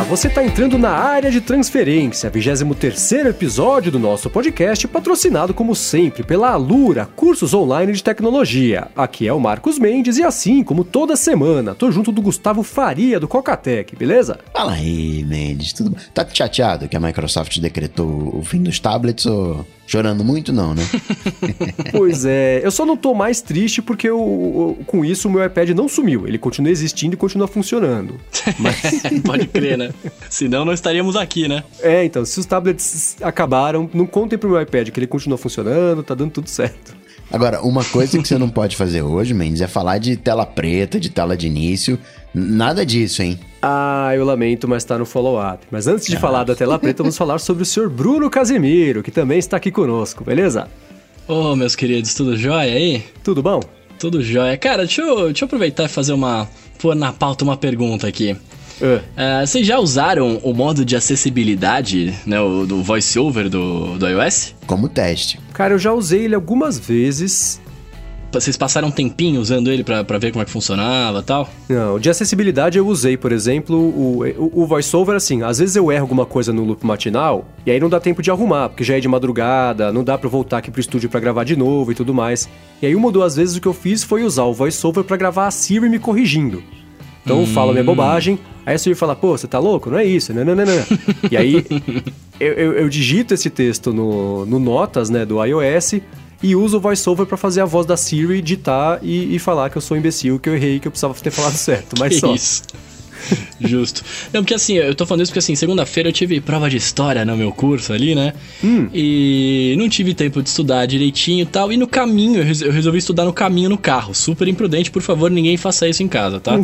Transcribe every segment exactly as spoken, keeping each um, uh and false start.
você está entrando na área de transferência, vigésimo terceiro episódio do nosso podcast, patrocinado como sempre pela Alura, cursos online de tecnologia. Aqui é o Marcos Mendes e assim como toda semana, tô junto do Gustavo Faria do Cocatec, beleza? Fala aí, Mendes, tudo bom? Tá chateado que a Microsoft decretou o fim dos tablets ou chorando muito não, né? Pois é, eu só não tô mais triste porque eu, eu, com isso o meu iPad não sumiu, ele continua existindo e continua funcionando. Mas... Pode crer, né? Senão não estaríamos aqui, né? É, então, se os tablets acabaram, não contem pro meu iPad que ele continua funcionando, tá dando tudo certo. Agora, uma coisa que você não pode fazer hoje, Mendes, é falar de tela preta, de tela de início, nada disso, hein? Ah, eu lamento, mas tá no follow-up. Mas antes de ah. falar da tela preta, vamos falar sobre o senhor Bruno Casimiro, que também está aqui conosco, beleza? Ô, oh, meus queridos, tudo jóia aí? Tudo bom? Tudo jóia. Cara, deixa eu, deixa eu aproveitar e fazer uma... pôr na pauta uma pergunta aqui. Uh. Uh, vocês já usaram o modo de acessibilidade, né, o, do voice-over do, do iOS? Como teste. Cara, eu já usei ele algumas vezes. Vocês passaram um tempinho usando ele pra, pra ver como é que funcionava e tal? Não, de acessibilidade eu usei, por exemplo, o, o, o voice-over, assim, às vezes eu erro alguma coisa no loop matinal, e aí não dá tempo de arrumar, porque já é de madrugada, não dá pra eu voltar aqui pro estúdio pra gravar de novo e tudo mais. E aí uma ou duas vezes o que eu fiz foi usar o voice-over pra gravar a Siri me corrigindo. Então eu hum. falo a minha bobagem, aí a Siri fala, pô, você tá louco? Não é isso, não, não, não, não. E aí eu, eu, eu digito esse texto no, no Notas, né, do iOS, e uso o VoiceOver pra fazer a voz da Siri ditar e, e falar que eu sou um imbecil, que eu errei, que eu precisava ter falado certo, mas que só. Isso. Justo. Não, porque assim, eu tô falando isso porque assim, segunda-feira eu tive prova de história no meu curso ali, né? Hum. E não tive tempo de estudar direitinho e tal. E no caminho, eu resolvi estudar no caminho no carro. Super imprudente, por favor, ninguém faça isso em casa, tá?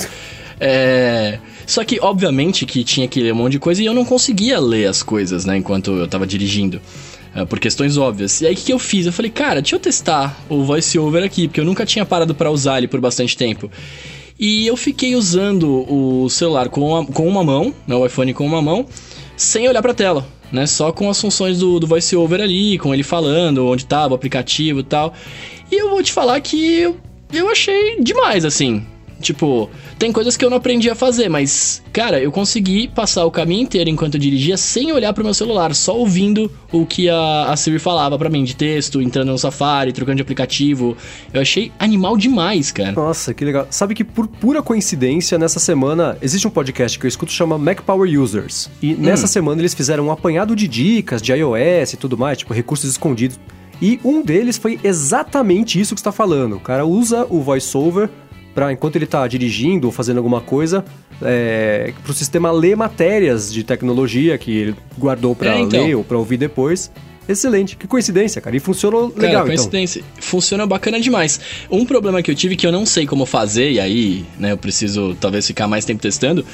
É... Só que, obviamente, que tinha que ler um monte de coisa e eu não conseguia ler as coisas, né? Enquanto eu tava dirigindo. Por questões óbvias. E aí, o que, que eu fiz? Eu falei, cara, deixa eu testar o VoiceOver aqui, porque eu nunca tinha parado pra usar ele por bastante tempo. E eu fiquei usando o celular com, a, com uma mão, né, o iPhone com uma mão, sem olhar pra tela, né? Só com as funções do, do VoiceOver ali, com ele falando onde tava o aplicativo e tal. E eu vou te falar que eu, eu achei demais, assim. Tipo, tem coisas que eu não aprendi a fazer, mas, cara, eu consegui passar o caminho inteiro enquanto eu dirigia sem olhar pro meu celular, só ouvindo o que a, a Siri falava pra mim, de texto, entrando no Safari, trocando de aplicativo. Eu achei animal demais, cara. Nossa, que legal. Sabe que por pura coincidência, nessa semana, existe um podcast que eu escuto que chama Mac Power Users. E nessa hum. semana eles fizeram um apanhado de dicas de iOS e tudo mais, tipo, recursos escondidos. E um deles foi exatamente isso que você tá falando. O cara usa o VoiceOver pra, enquanto ele tá dirigindo ou fazendo alguma coisa, é, pro sistema ler matérias de tecnologia que ele guardou pra é, então. ler ou pra ouvir depois. Excelente, que coincidência, cara, e funcionou cara, legal, coincidência. Então. Funciona bacana demais. Um problema que eu tive que eu não sei como fazer, e aí, né, eu preciso talvez ficar mais tempo testando,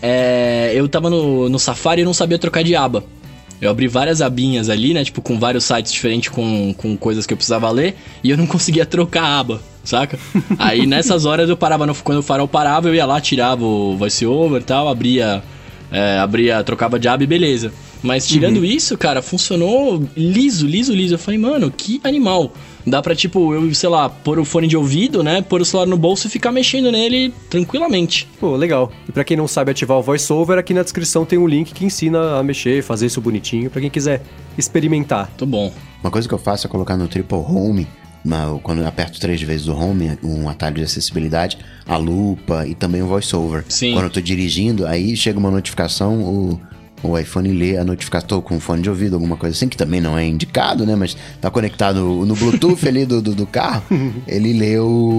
é, eu tava no, no Safari e não sabia trocar de aba. Eu abri várias abinhas ali, né, tipo, com vários sites diferentes, com, com coisas que eu precisava ler, e eu não conseguia trocar a aba, saca? Aí, nessas horas, eu parava, no, quando o farol parava, eu ia lá, tirava o VoiceOver e tal, abria, é, abria, trocava de aba e beleza. Mas, tirando uhum. isso, cara, funcionou liso, liso, liso. Eu falei, mano, que animal. Dá pra, tipo, eu, sei lá, pôr o fone de ouvido, né, pôr o celular no bolso e ficar mexendo nele tranquilamente. Pô, legal. E pra quem não sabe ativar o VoiceOver, aqui na descrição tem um link que ensina a mexer, fazer isso bonitinho, pra quem quiser experimentar. Muito bom. Uma coisa que eu faço é colocar no Triple Home, quando eu aperto três vezes o Home, um atalho de acessibilidade, a lupa e também o VoiceOver. Sim. Quando eu tô dirigindo, aí chega uma notificação, o... o iPhone lê a notificação, tô com fone de ouvido, alguma coisa assim, que também não é indicado, né? Mas tá conectado no Bluetooth ali do, do, do carro, ele lê,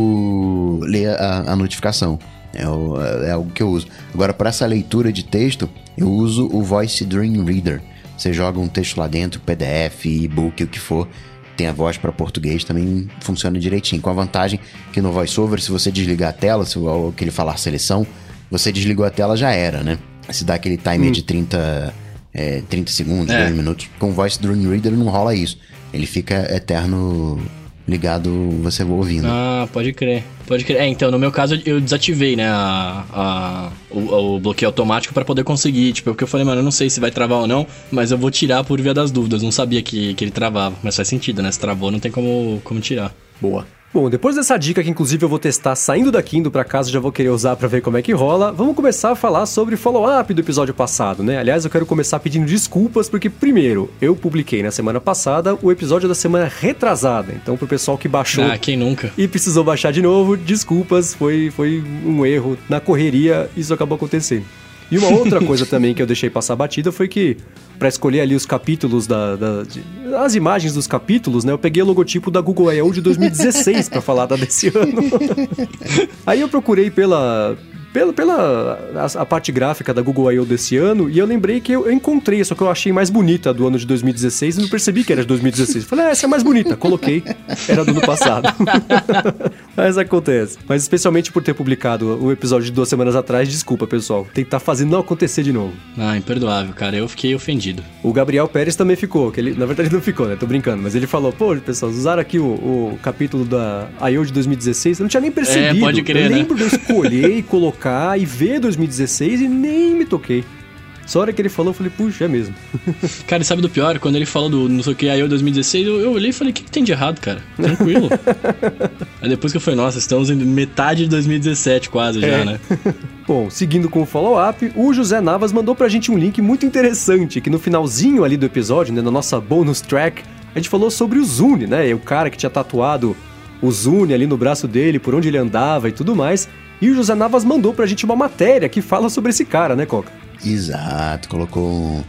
o, lê a, a notificação. É, o, é algo que eu uso. Agora, para essa leitura de texto, eu uso o Voice Dream Reader. Você joga um texto lá dentro, P D F, e-book, o que for, tem a voz para português, também funciona direitinho. Com a vantagem que no VoiceOver, se você desligar a tela, se o que ele falar seleção, você desligou a tela, já era, né? Se dá aquele timer hum. de trinta, é, trinta segundos, é. dois minutos. Com o Voice Dream Reader não rola isso. Ele fica eterno ligado, você ouvindo. Ah, pode crer. Pode crer. É, então, no meu caso, eu desativei, né, a, a, o, o bloqueio automático pra poder conseguir. Tipo, porque eu falei, mano, eu não sei se vai travar ou não, mas eu vou tirar por via das dúvidas. Não sabia que, que ele travava. Mas faz sentido, né? Se travou, não tem como, como tirar. Boa. Bom, depois dessa dica que inclusive eu vou testar saindo daqui, indo pra casa, já vou querer usar pra ver como é que rola, vamos começar a falar sobre follow-up do episódio passado, né? Aliás, eu quero começar pedindo desculpas, porque primeiro, eu publiquei na semana passada o episódio da semana retrasada, então pro pessoal que baixou... Ah, quem nunca? E precisou baixar de novo, desculpas, foi, foi um erro, na correria isso acabou acontecendo. E uma outra coisa também que eu deixei passar batida foi que, pra escolher ali os capítulos, da, da de, as imagens dos capítulos, né? Eu peguei o logotipo da Google I O de dois mil e dezesseis pra falar da desse ano. Aí eu procurei pela... Pela, pela a, a parte gráfica da Google I O desse ano, e eu lembrei que eu, eu encontrei, só que eu achei mais bonita a do ano de dois mil e dezesseis e não percebi que era de dois mil e dezesseis. Falei, ah, essa é mais bonita. Coloquei, era do ano passado. Mas acontece. Mas especialmente por ter publicado o episódio de duas semanas atrás, desculpa, pessoal. Tentar fazer não acontecer de novo. Ah, imperdoável, cara. Eu fiquei ofendido. O Gabriel Pérez também ficou, que ele, na verdade não ficou, né? Tô brincando, mas ele falou, pô, pessoal, usaram aqui o, o capítulo da I O de dois mil e dezesseis, eu não tinha nem percebido. É, pode crer, eu né? lembro de eu escolher e colocar e ver dois mil e dezesseis e nem me toquei. Só a hora que ele falou, eu falei, puxa, é mesmo. Cara, e sabe do pior? Quando ele falou do não sei o que, I O dois mil e dezesseis, eu, eu olhei e falei, o que, que tem de errado, cara? Tranquilo. Aí depois que eu falei, nossa, estamos em metade de dois mil e dezessete quase é. já, né? Bom, seguindo com o follow-up, o José Navas mandou pra gente um link muito interessante, que no finalzinho ali do episódio, né, na nossa bonus track, a gente falou sobre o Zune, né? E o cara que tinha tatuado o Zune ali no braço dele, por onde ele andava e tudo mais. E o José Navas mandou pra gente uma matéria que fala sobre esse cara, né, Coca? Exato, colocou um,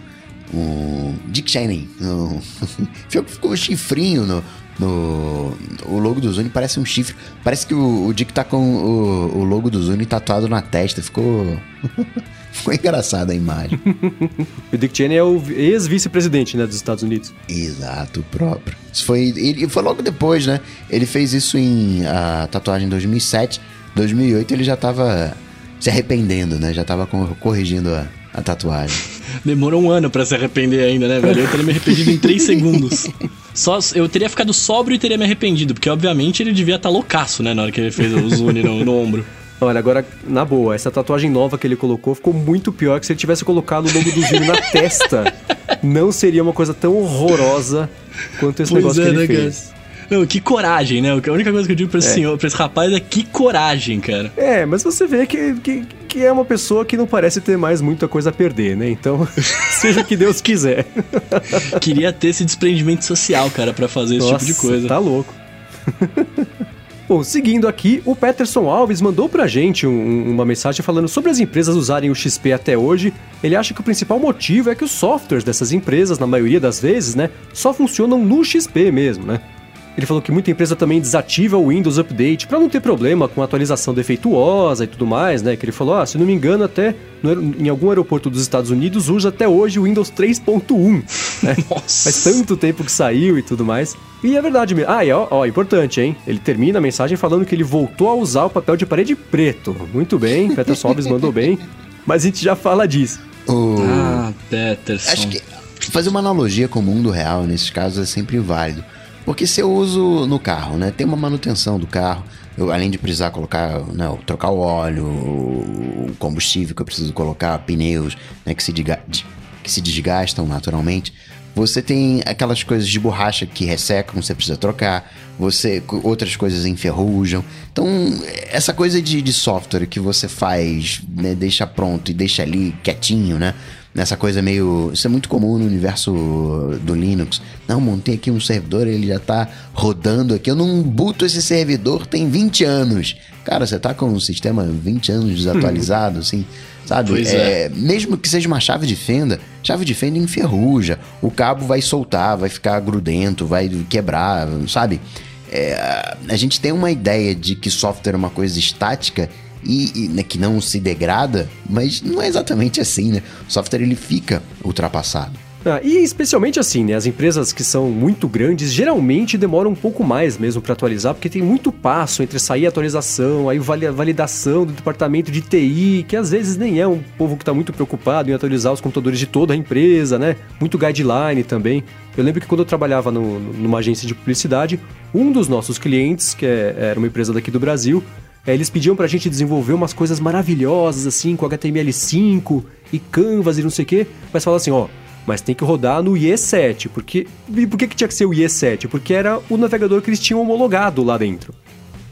um Dick Cheney, um, ficou um chifrinho no, no... O logo do Zune parece um chifre, parece que o, o Dick tá com o, o logo do Zune tatuado na testa, ficou... Ficou engraçada a imagem. O Dick Cheney é o ex-vice-presidente, né, dos Estados Unidos. Exato, o próprio. Isso foi, ele, foi logo depois, né? Ele fez isso em a tatuagem em dois mil e sete. dois mil e oito ele já tava se arrependendo, né? Já tava corrigindo a, a tatuagem. Demorou um ano pra se arrepender ainda, né, velho? Eu teria me arrependido em três segundos. Só, eu teria ficado sóbrio e teria me arrependido, porque obviamente ele devia estar loucaço, né, na hora que ele fez o Zune no, no ombro. Olha, agora, na boa, essa tatuagem nova que ele colocou ficou muito pior que se ele tivesse colocado o logo do Zune na testa. Não seria uma coisa tão horrorosa quanto esse pois negócio é, que ele né, fez. Cara? Não, que coragem, né? A única coisa que eu digo pra esse, é. senhor, pra esse rapaz é que coragem, cara. É, mas você vê que, que, que é uma pessoa que não parece ter mais muita coisa a perder, né? Então, seja o que Deus quiser. Queria ter esse desprendimento social, cara, pra fazer esse Nossa, tipo de coisa. Tá louco. Bom, seguindo aqui, o Peterson Alves mandou pra gente um, uma mensagem falando sobre as empresas usarem o X P até hoje. Ele acha que o principal motivo é que os softwares dessas empresas, na maioria das vezes, né, só funcionam no X P mesmo, né? Ele falou que muita empresa também desativa o Windows Update para não ter problema com atualização defeituosa e tudo mais, né? Que ele falou, ah, se não me engano, até no, em algum aeroporto dos Estados Unidos usa até hoje o Windows três ponto um, né? Nossa. Faz tanto tempo que saiu e tudo mais. E é verdade mesmo. Ah, e ó, ó, importante, hein? Ele termina a mensagem falando que ele voltou a usar o papel de parede preto. Muito bem, Peterson Alves mandou bem, mas a gente já fala disso. O... Ah, Peterson. Acho que fazer uma analogia com o mundo real nesses casos é sempre válido. Porque se eu uso no carro, né? Tem uma manutenção do carro. Eu, além de precisar colocar, não, trocar o óleo, o combustível que eu preciso colocar, pneus, né? Que se, diga, que se desgastam naturalmente. Você tem aquelas coisas de borracha que ressecam, você precisa trocar. Você, outras coisas enferrujam. Então, essa coisa de, de software que você faz, né? Deixa pronto e deixa ali quietinho, né? Nessa coisa meio... Isso é muito comum no universo do Linux. Não, montei aqui um servidor, ele já tá rodando aqui. Eu não boto esse servidor tem vinte anos. Cara, você tá com um sistema vinte anos desatualizado, assim, sabe? Pois é, é. Mesmo que seja uma chave de fenda, chave de fenda enferruja. O cabo vai soltar, vai ficar grudento, vai quebrar, sabe? É, a gente tem uma ideia de que software é uma coisa estática e, e né, que não se degrada, mas não é exatamente assim, né? O software ele fica ultrapassado. Ah, e especialmente assim, né? As empresas que são muito grandes geralmente demoram um pouco mais mesmo para atualizar, porque tem muito passo entre sair a atualização, aí a validação do departamento de T I, que às vezes nem é um povo que está muito preocupado em atualizar os computadores de toda a empresa, né? Muito guideline também. Eu lembro que quando eu trabalhava no, numa agência de publicidade, um dos nossos clientes, que é, era uma empresa daqui do Brasil, é, eles pediam pra gente desenvolver umas coisas maravilhosas, assim, com H T M L cinco e Canvas e não sei o quê, mas falavam assim, ó, mas tem que rodar no I E sete, porque... E por que que tinha que ser o I E sete? Porque era o navegador que eles tinham homologado lá dentro.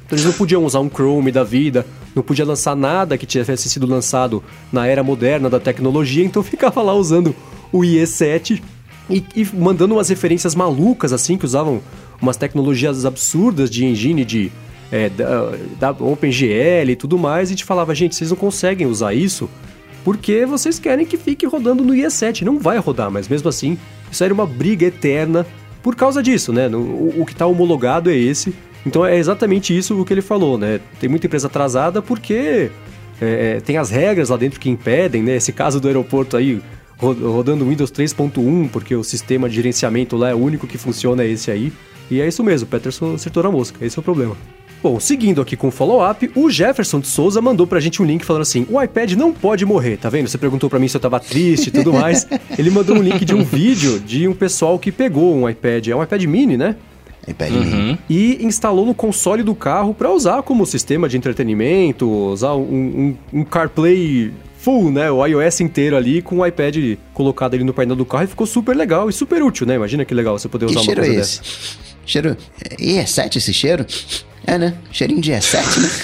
Então eles não podiam usar um Chrome da vida, não podia lançar nada que tivesse sido lançado na era moderna da tecnologia, então ficava lá usando o I E sete e, e mandando umas referências malucas, assim, que usavam umas tecnologias absurdas de engine de é, da, da OpenGL e tudo mais, e a gente falava, gente, vocês não conseguem usar isso porque vocês querem que fique rodando no I E sete, não vai rodar, mas mesmo assim, isso era uma briga eterna por causa disso, né? O, o que está homologado é esse. Então é exatamente isso o que ele falou, né? Tem muita empresa atrasada porque é, tem as regras lá dentro que impedem, né? Esse caso do aeroporto aí, rodando Windows três ponto um, porque o sistema de gerenciamento lá é o único que funciona, é esse aí. E é isso mesmo, o Peterson acertou na mosca, esse é o problema. Bom, seguindo aqui com o follow-up, o Jefferson de Souza mandou pra gente um link falando assim, o iPad não pode morrer, tá vendo? Você perguntou pra mim se eu tava triste e tudo mais. Ele mandou um link de um vídeo de um pessoal que pegou um iPad, é um iPad mini, né? iPad mini. Uhum. E instalou no console do carro pra usar como sistema de entretenimento, usar um, um, um CarPlay full, né? O iOS inteiro ali com o iPad colocado ali no painel do carro e ficou super legal e super útil, né? Imagina que legal você poder usar que uma coisa é dessa. Cheiro... E E sete esse cheiro? É, né? Cheirinho de E sete, né?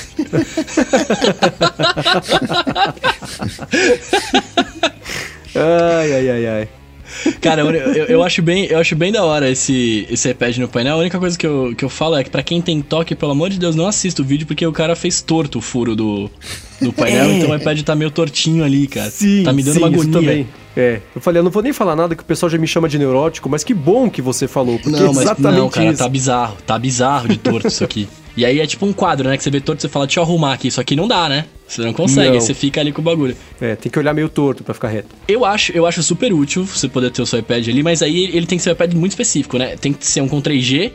Ai, ai, ai, ai. Cara, eu, eu, eu, acho bem, eu acho bem da hora esse, esse iPad no painel. A única coisa que eu, que eu falo é que pra quem tem toque, pelo amor de Deus, não assista o vídeo, porque o cara fez torto o furo do, do painel, é. Então o iPad tá meio tortinho ali, cara. Sim, tá me dando sim, uma agonia. Também. É, eu falei, eu não vou nem falar nada que o pessoal já me chama de neurótico, mas que bom que você falou, porque não, mas, exatamente não, cara, isso. tá bizarro, tá bizarro de torto isso aqui. E aí é tipo um quadro, né, que você vê torto, você fala, deixa eu arrumar aqui, isso aqui não dá, né? Você não consegue, não. Aí você fica ali com o bagulho. É, tem que olhar meio torto pra ficar reto. Eu acho, eu acho super útil você poder ter o seu iPad ali, mas aí ele tem que ser um iPad muito específico, né? Tem que ser um com três G.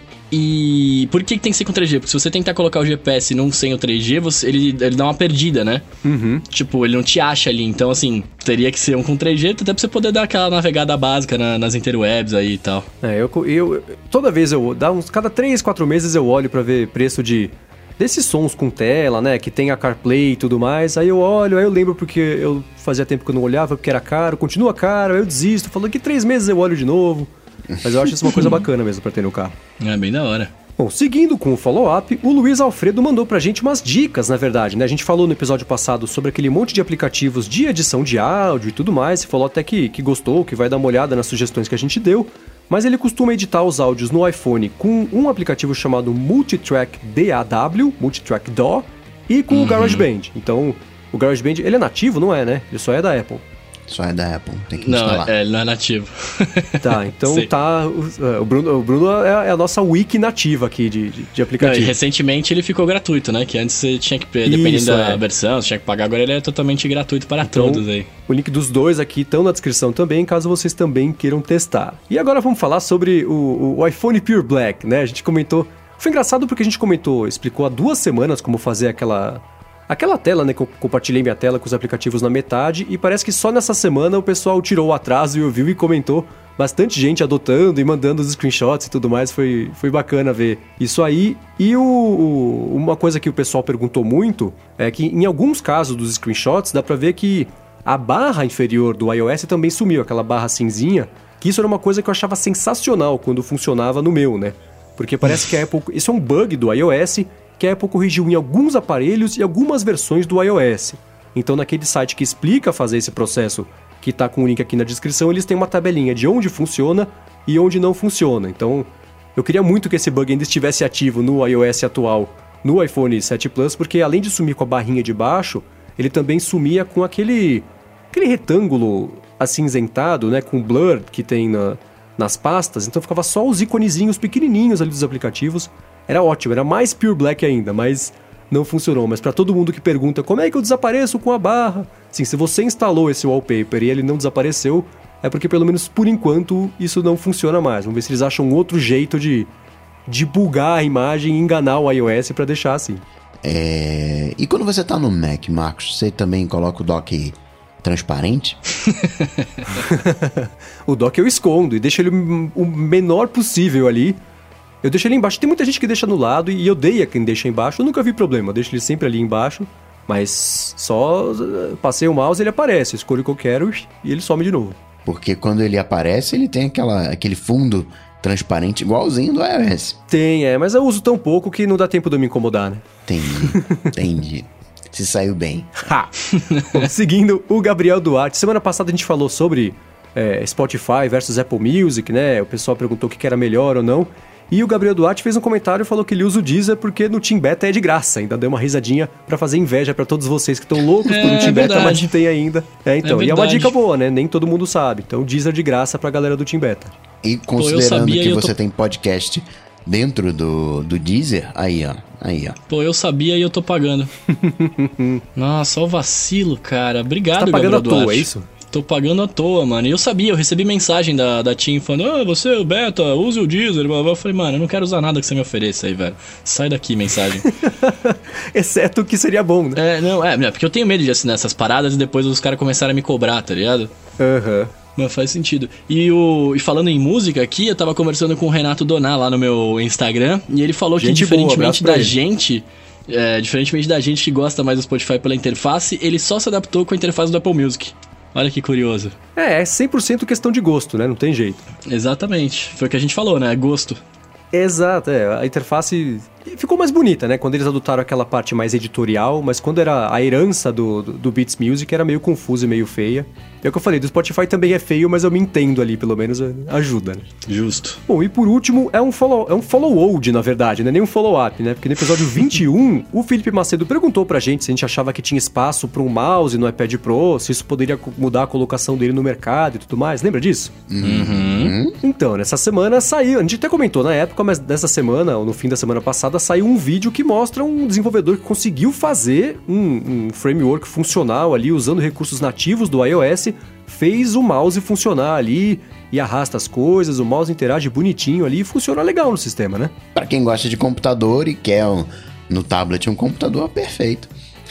E por que, que tem que ser com três G? Porque se você tentar colocar o G P S num sem o três G, você, ele, ele dá uma perdida, né? Uhum. Tipo, ele não te acha ali. Então, assim, teria que ser um com três G, até pra você poder dar aquela navegada básica na, nas interwebs aí e tal. É, eu, eu toda vez eu... Dá uns, cada três, quatro meses eu olho pra ver preço de... Desses sons com tela, né, que tem a CarPlay e tudo mais, aí eu olho, aí eu lembro porque eu fazia tempo que eu não olhava, porque era caro, continua caro, aí eu desisto, falando que três meses eu olho de novo, mas eu acho isso uma coisa bacana mesmo pra ter no carro. É bem da hora. Bom, seguindo com o follow-up, o Luiz Alfredo mandou pra gente umas dicas, na verdade, né, a gente falou no episódio passado sobre aquele monte de aplicativos de edição de áudio e tudo mais, e falou até que, que gostou, que vai dar uma olhada nas sugestões que a gente deu. Mas ele costuma editar os áudios no iPhone com um aplicativo chamado Multitrack D A W, Multitrack D A W, e com uhum. o GarageBand. Então, o GarageBand, ele é nativo, não é, né? Ele só é da Apple. Só é da Apple, tem que não, instalar. É, ele não é nativo. Tá, então Sim. tá... O Bruno, o Bruno é a nossa wiki nativa aqui de, de, de aplicativo. Não, e recentemente ele ficou gratuito, né? Que antes você tinha que, dependendo Isso, da é. versão, você tinha que pagar. Agora ele é totalmente gratuito para então, todos aí. O link dos dois aqui estão na descrição também, caso vocês também queiram testar. E agora vamos falar sobre o, o iPhone Pure Black, né? A gente comentou... Foi engraçado porque a gente comentou, explicou há duas semanas como fazer aquela... Aquela tela, né, que eu compartilhei minha tela com os aplicativos na metade, e parece que só nessa semana o pessoal tirou o atraso e ouviu e comentou. Bastante gente adotando e mandando os screenshots e tudo mais, foi, foi bacana ver isso aí. E o, o, uma coisa que o pessoal perguntou muito é que em alguns casos dos screenshots dá pra ver que a barra inferior do iOS também sumiu, aquela barra cinzinha, que isso era uma coisa que eu achava sensacional quando funcionava no meu, né? Porque parece que a Apple... Isso é um bug do iOS... que a Apple corrigiu em alguns aparelhos e algumas versões do iOS. Então, naquele site que explica fazer esse processo, que está com o link aqui na descrição, eles têm uma tabelinha de onde funciona e onde não funciona. Então, eu queria muito que esse bug ainda estivesse ativo no iOS atual, no iPhone sete Plus, porque além de sumir com a barrinha de baixo, ele também sumia com aquele, aquele retângulo acinzentado, né, com blur que tem na, nas pastas. Então, ficava só os iconezinhos pequenininhos ali dos aplicativos. Era ótimo, era mais Pure Black ainda, mas não funcionou. Mas para todo mundo que pergunta como é que eu desapareço com a barra, sim, se você instalou esse wallpaper e ele não desapareceu, é porque pelo menos por enquanto isso não funciona mais. Vamos ver se eles acham um outro jeito de, de bugar a imagem e enganar o iOS para deixar assim. É... E quando você tá no Mac, Marcos, você também coloca o dock transparente? O dock eu escondo e deixo ele o menor possível ali. Eu deixo ele embaixo. Tem muita gente que deixa no lado e odeia quem deixa embaixo. Eu nunca vi problema. Eu deixo ele sempre ali embaixo. Mas só passei o mouse e ele aparece. Eu escolho o que eu quero e ele some de novo. Porque quando ele aparece, ele tem aquela, aquele fundo transparente, igualzinho do iOS. Tem, é, mas eu uso tão pouco que não dá tempo de eu me incomodar, né? Entendi, entendi. Se saiu bem. Ha! Bom, seguindo, o Gabriel Duarte. Semana passada a gente falou sobre é, Spotify versus Apple Music, né? O pessoal perguntou o que era melhor ou não. E o Gabriel Duarte fez um comentário e falou que ele usa o Deezer porque no Team Beta é de graça. Ainda deu uma risadinha pra fazer inveja pra todos vocês que estão loucos é, por um Team Beta, verdade. mas não tem ainda. É, então. É e é uma dica boa, né? Nem todo mundo sabe. Então, Deezer de graça pra galera do Team Beta. E considerando Pô, que tô... você tem podcast dentro do, do Deezer, aí ó, aí ó. Pô, eu sabia e eu tô pagando. Nossa, ó o vacilo, cara. Obrigado, Você tá pagando Gabriel à toa, Duarte. é isso? Tô pagando à toa, mano. E eu sabia, eu recebi mensagem da, da Tim falando: ah, você, o Beta, use o Deezer. Eu falei, mano, eu não quero usar nada que você me ofereça aí, velho. Sai daqui, mensagem. Exceto que seria bom, né? É, não, é, porque eu tenho medo de assinar essas paradas e depois os caras começarem a me cobrar, tá ligado? Aham. Uhum. Mas faz sentido. E, o, e falando em música aqui, eu tava conversando com o Renato Doná lá no meu Instagram, e ele falou gente que diferentemente boa, da gente, é, diferentemente da gente que gosta mais do Spotify pela interface, ele só se adaptou com a interface do Apple Music. Olha que curioso. É, é cem por cento questão de gosto, né? Não tem jeito. Exatamente. Foi o que a gente falou, né? Gosto. Exato, é. A interface ficou mais bonita, né? Quando eles adotaram aquela parte mais editorial, mas quando era a herança do, do, do Beats Music era meio confusa e meio feia. É o que eu falei, do Spotify também é feio, mas eu me entendo ali, pelo menos ajuda, né? Justo. Bom, e por último, é um follow, é um follow-old, na verdade, não é nem um follow-up, né? Porque no episódio vinte e um, o Felipe Macedo perguntou pra gente se a gente achava que tinha espaço pra um mouse no iPad Pro, se isso poderia mudar a colocação dele no mercado e tudo mais. Lembra disso? Uhum. Então, nessa semana saiu, a gente até comentou na época, mas dessa semana, ou no fim da semana passada, saiu um vídeo que mostra um desenvolvedor que conseguiu fazer um, um framework funcional ali, usando recursos nativos do iOS, fez o mouse funcionar ali e arrasta as coisas, o mouse interage bonitinho ali e funciona legal no sistema, né? Pra quem gosta de computador e quer um, no tablet um computador perfeito.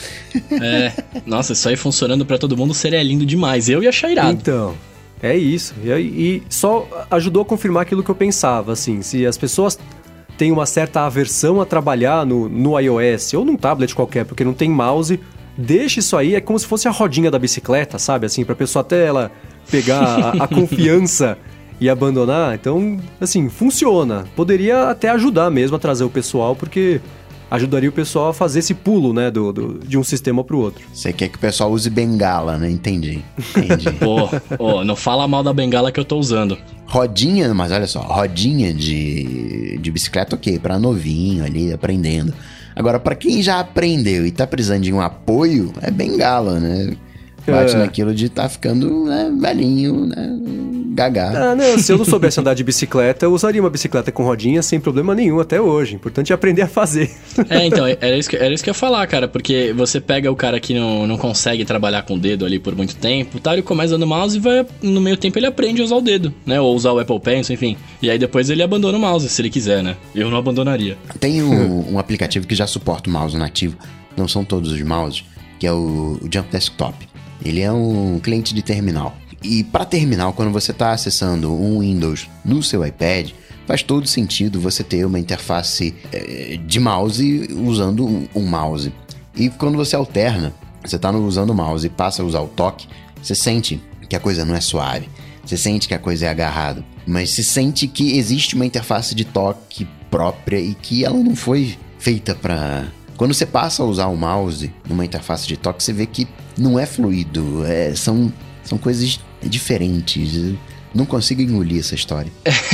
É, nossa, isso aí funcionando pra todo mundo seria lindo demais. Eu ia achar irado. Então, é isso. E, e só ajudou a confirmar aquilo que eu pensava, assim, se as pessoas têm uma certa aversão a trabalhar no, no iOS ou num tablet qualquer, porque não tem mouse, deixa isso aí, é como se fosse a rodinha da bicicleta, sabe? Assim, pra pessoa até ela pegar a, a confiança e abandonar. Então, assim, funciona. Poderia até ajudar mesmo a trazer o pessoal, porque ajudaria o pessoal a fazer esse pulo, né, do, do, de um sistema pro outro. Você quer que o pessoal use bengala, né? Entendi, entendi. Pô, oh, não fala mal da bengala que eu tô usando. Rodinha, mas olha só, rodinha de, de bicicleta, ok, pra novinho ali, aprendendo. Agora, pra quem já aprendeu e tá precisando de um apoio, é bengala, né? Bate é. naquilo de tá ficando, né, velhinho, né, gagá. Ah, não, se eu não soubesse andar de bicicleta, eu usaria uma bicicleta com rodinha sem problema nenhum até hoje. O importante é aprender a fazer. É, então, era isso que, era isso que eu ia falar, cara, porque você pega o cara que não, não consegue trabalhar com o dedo ali por muito tempo, tá, ele começa dando mouse e vai, no meio tempo ele aprende a usar o dedo, né, ou usar o Apple Pencil, enfim. E aí depois ele abandona o mouse, se ele quiser, né. Eu não abandonaria. Tem um, um aplicativo que já suporta o mouse nativo, não são todos os mouses, que é o, o Jump Desktop. Ele é um cliente de terminal. E para terminal, quando você está acessando um Windows no seu iPad, faz todo sentido você ter uma interface é, de mouse usando um, um mouse. E quando você alterna, você está usando o mouse e passa a usar o toque, você sente que a coisa não é suave. Você sente que a coisa é agarrada. Mas se sente que existe uma interface de toque própria e que ela não foi feita para... Quando você passa a usar o mouse numa interface de toque, você vê que não é fluido, é, são, são coisas diferentes. Eu não consigo engolir essa história.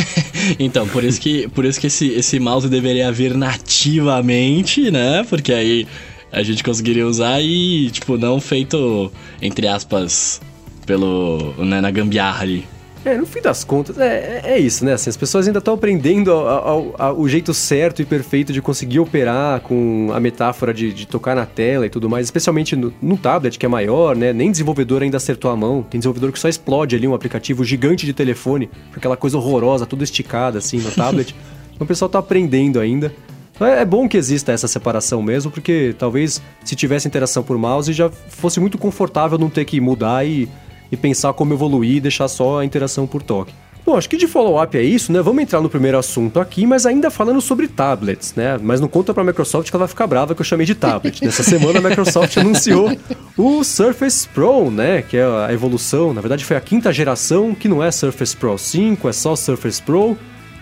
Então, por isso que, por isso que esse, esse mouse deveria vir nativamente, né? Porque aí a gente conseguiria usar e, tipo, não feito, entre aspas, pelo, né, na gambiarra ali. É, no fim das contas, é, é isso, né? Assim, as pessoas ainda estão aprendendo ao, ao, ao, o jeito certo e perfeito de conseguir operar com a metáfora de, de tocar na tela e tudo mais, especialmente no, no tablet, que é maior, né? Nem desenvolvedor ainda acertou a mão. Tem desenvolvedor que só explode ali um aplicativo gigante de telefone, com aquela coisa horrorosa, toda esticada assim no tablet. Então o pessoal tá aprendendo ainda. É bom que exista essa separação mesmo, porque talvez se tivesse interação por mouse já fosse muito confortável não ter que mudar e... e pensar como evoluir e deixar só a interação por toque. Bom, acho que de follow-up é isso, né? Vamos entrar no primeiro assunto aqui, mas ainda falando sobre tablets, né? Mas não conta pra Microsoft que ela vai ficar brava que eu chamei de tablet. Nessa semana a Microsoft anunciou o Surface Pro, né? Que é a evolução, na verdade foi a quinta geração, que não é Surface Pro cinco, é só Surface Pro.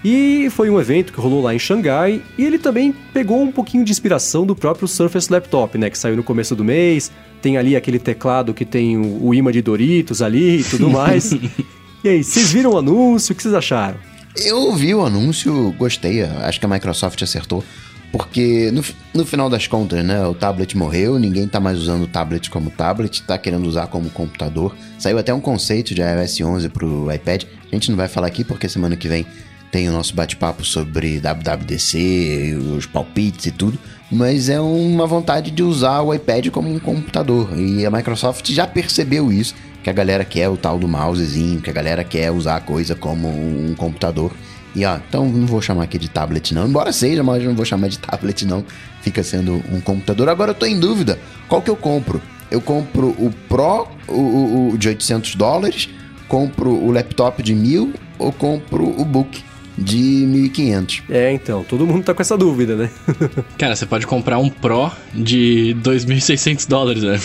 E foi um evento que rolou lá em Xangai, e ele também pegou um pouquinho de inspiração do próprio Surface Laptop, né, que saiu no começo do mês. Tem ali aquele teclado que tem o, o imã de Doritos ali e tudo mais. E aí, vocês viram o anúncio? O que vocês acharam? Eu vi o anúncio, gostei, acho que a Microsoft acertou. Porque no, no final das contas, né, o tablet morreu, ninguém tá mais usando o tablet como tablet, tá querendo usar como computador. Saiu até um conceito de iOS onze pro iPad. A gente não vai falar aqui porque semana que vem tem o nosso bate-papo sobre W W D C, os palpites e tudo. Mas é uma vontade de usar o iPad como um computador. E a Microsoft já percebeu isso, que a galera quer o tal do mousezinho, que a galera quer usar a coisa como um computador. E ó, então não vou chamar aqui de tablet não, embora seja, mas não vou chamar de tablet não, fica sendo um computador. Agora eu tô em dúvida, qual que eu compro? Eu compro o Pro, o, o, o de oitocentos dólares, compro o laptop de mil ou compro o Book de mil e quinhentos? É, então, todo mundo tá com essa dúvida, né? Cara, você pode comprar um Pro de dois mil e seiscentos dólares, né?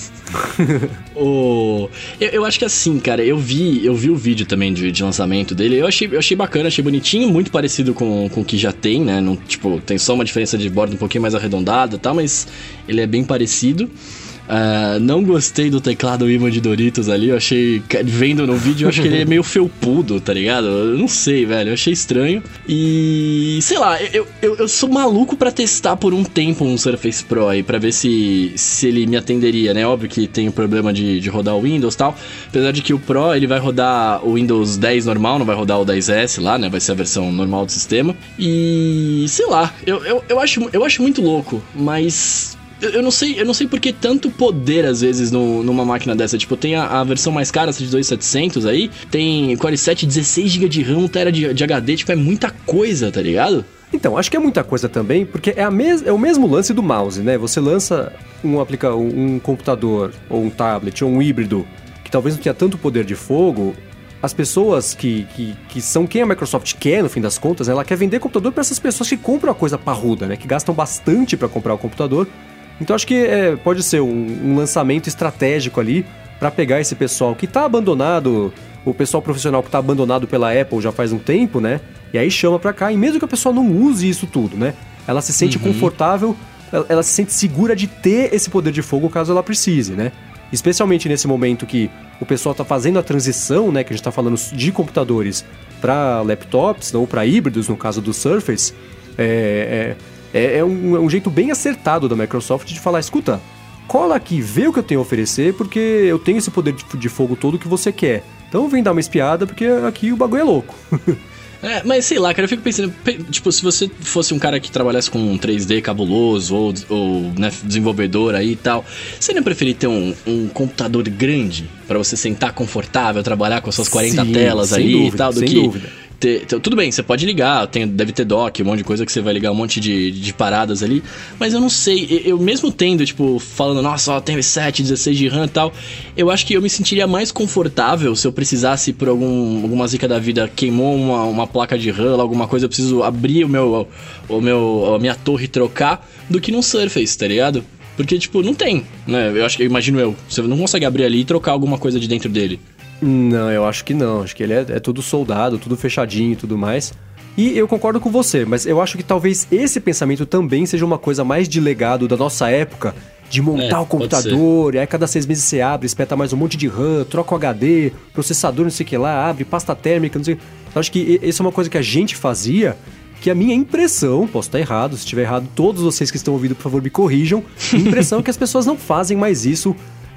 o... eu, eu acho que assim, cara, eu vi, eu vi o vídeo também de, de lançamento dele. Eu achei, eu achei bacana, achei bonitinho, muito parecido com, com o que já tem, né? Não, tipo, tem só uma diferença de borda um pouquinho mais arredondada e tal, mas ele é bem parecido. Uh, não gostei do teclado imã de Doritos ali, eu achei, vendo no vídeo, eu acho que ele é meio felpudo, tá ligado? Eu não sei, velho, eu achei estranho. E, sei lá, eu, eu, eu sou maluco pra testar por um tempo um Surface Pro aí, pra ver se, se ele me atenderia, né? Óbvio que tem o problema de, de rodar o Windows e tal, apesar de que o Pro, ele vai rodar o Windows dez normal, não vai rodar o dez S lá, né? Vai ser a versão normal do sistema. E, sei lá, eu, eu, eu, acho, eu acho muito louco, mas... Eu não sei, eu não sei por que tanto poder, às vezes, no, numa máquina dessa. Tipo, tem a, a versão mais cara, essa de dois mil e setecentos aí. Tem Core i sete, dezesseis gigabytes de RAM, um tera de, de H D. Tipo, é muita coisa, tá ligado? Então, acho que é muita coisa também, porque é, a mes- é o mesmo lance do mouse, né? Você lança um, aplica- um computador, ou um tablet, ou um híbrido, que talvez não tenha tanto poder de fogo. As pessoas que, que, que são quem a Microsoft quer, no fim das contas, ela quer vender computador para essas pessoas que compram a coisa parruda, né? Que gastam bastante para comprar o computador. Então acho que é, pode ser um, um lançamento estratégico ali para pegar esse pessoal que tá abandonado, o pessoal profissional que tá abandonado pela Apple já faz um tempo, né? E aí chama pra cá, e mesmo que a pessoa não use isso tudo, né? Ela se sente uhum. confortável, ela, ela se sente segura de ter esse poder de fogo caso ela precise, né? Especialmente nesse momento que o pessoal tá fazendo a transição, né? Que a gente tá falando de computadores para laptops, ou para híbridos, no caso do Surface, é... é É, é, um, é um jeito bem acertado da Microsoft de falar, escuta, cola aqui, vê o que eu tenho a oferecer, porque eu tenho esse poder de, de fogo todo que você quer. Então vem dar uma espiada, porque aqui o bagulho é louco. É, mas sei lá, cara, eu fico pensando, tipo, se você fosse um cara que trabalhasse com um três D cabuloso, ou, ou né, desenvolvedor aí e tal, você não preferir ter um, um computador grande pra você sentar confortável, trabalhar com as suas quarenta Sim, telas ali dúvida, e tal, do sem que... dúvida. Ter, ter, tudo bem, você pode ligar, tem, deve ter dock, um monte de coisa que você vai ligar, um monte de, de paradas ali, mas eu não sei, eu, eu mesmo tendo, tipo, falando, nossa, ó, tem sete, dezesseis de RAM e tal, eu acho que eu me sentiria mais confortável se eu precisasse, por algum, alguma zica da vida, queimou uma, uma placa de RAM, alguma coisa, eu preciso abrir o meu, o meu, a minha torre e trocar, do que num Surface, tá ligado? Porque, tipo, não tem, né, eu acho que, eu imagino eu, você não consegue abrir ali e trocar alguma coisa de dentro dele. Não, eu acho que não. Acho que ele é, é tudo soldado, tudo fechadinho e tudo mais. E eu concordo com você, mas eu acho que talvez esse pensamento também seja uma coisa mais de legado da nossa época, de montar é, o computador, e aí cada seis meses você abre, espeta mais um monte de RAM, troca o H D, processador não sei o que lá, abre pasta térmica, não sei o que. Eu acho que isso é uma coisa que a gente fazia, que a minha impressão, posso estar errado, se estiver errado, todos vocês que estão ouvindo, por favor, me corrijam, a impressão é que as pessoas não fazem mais isso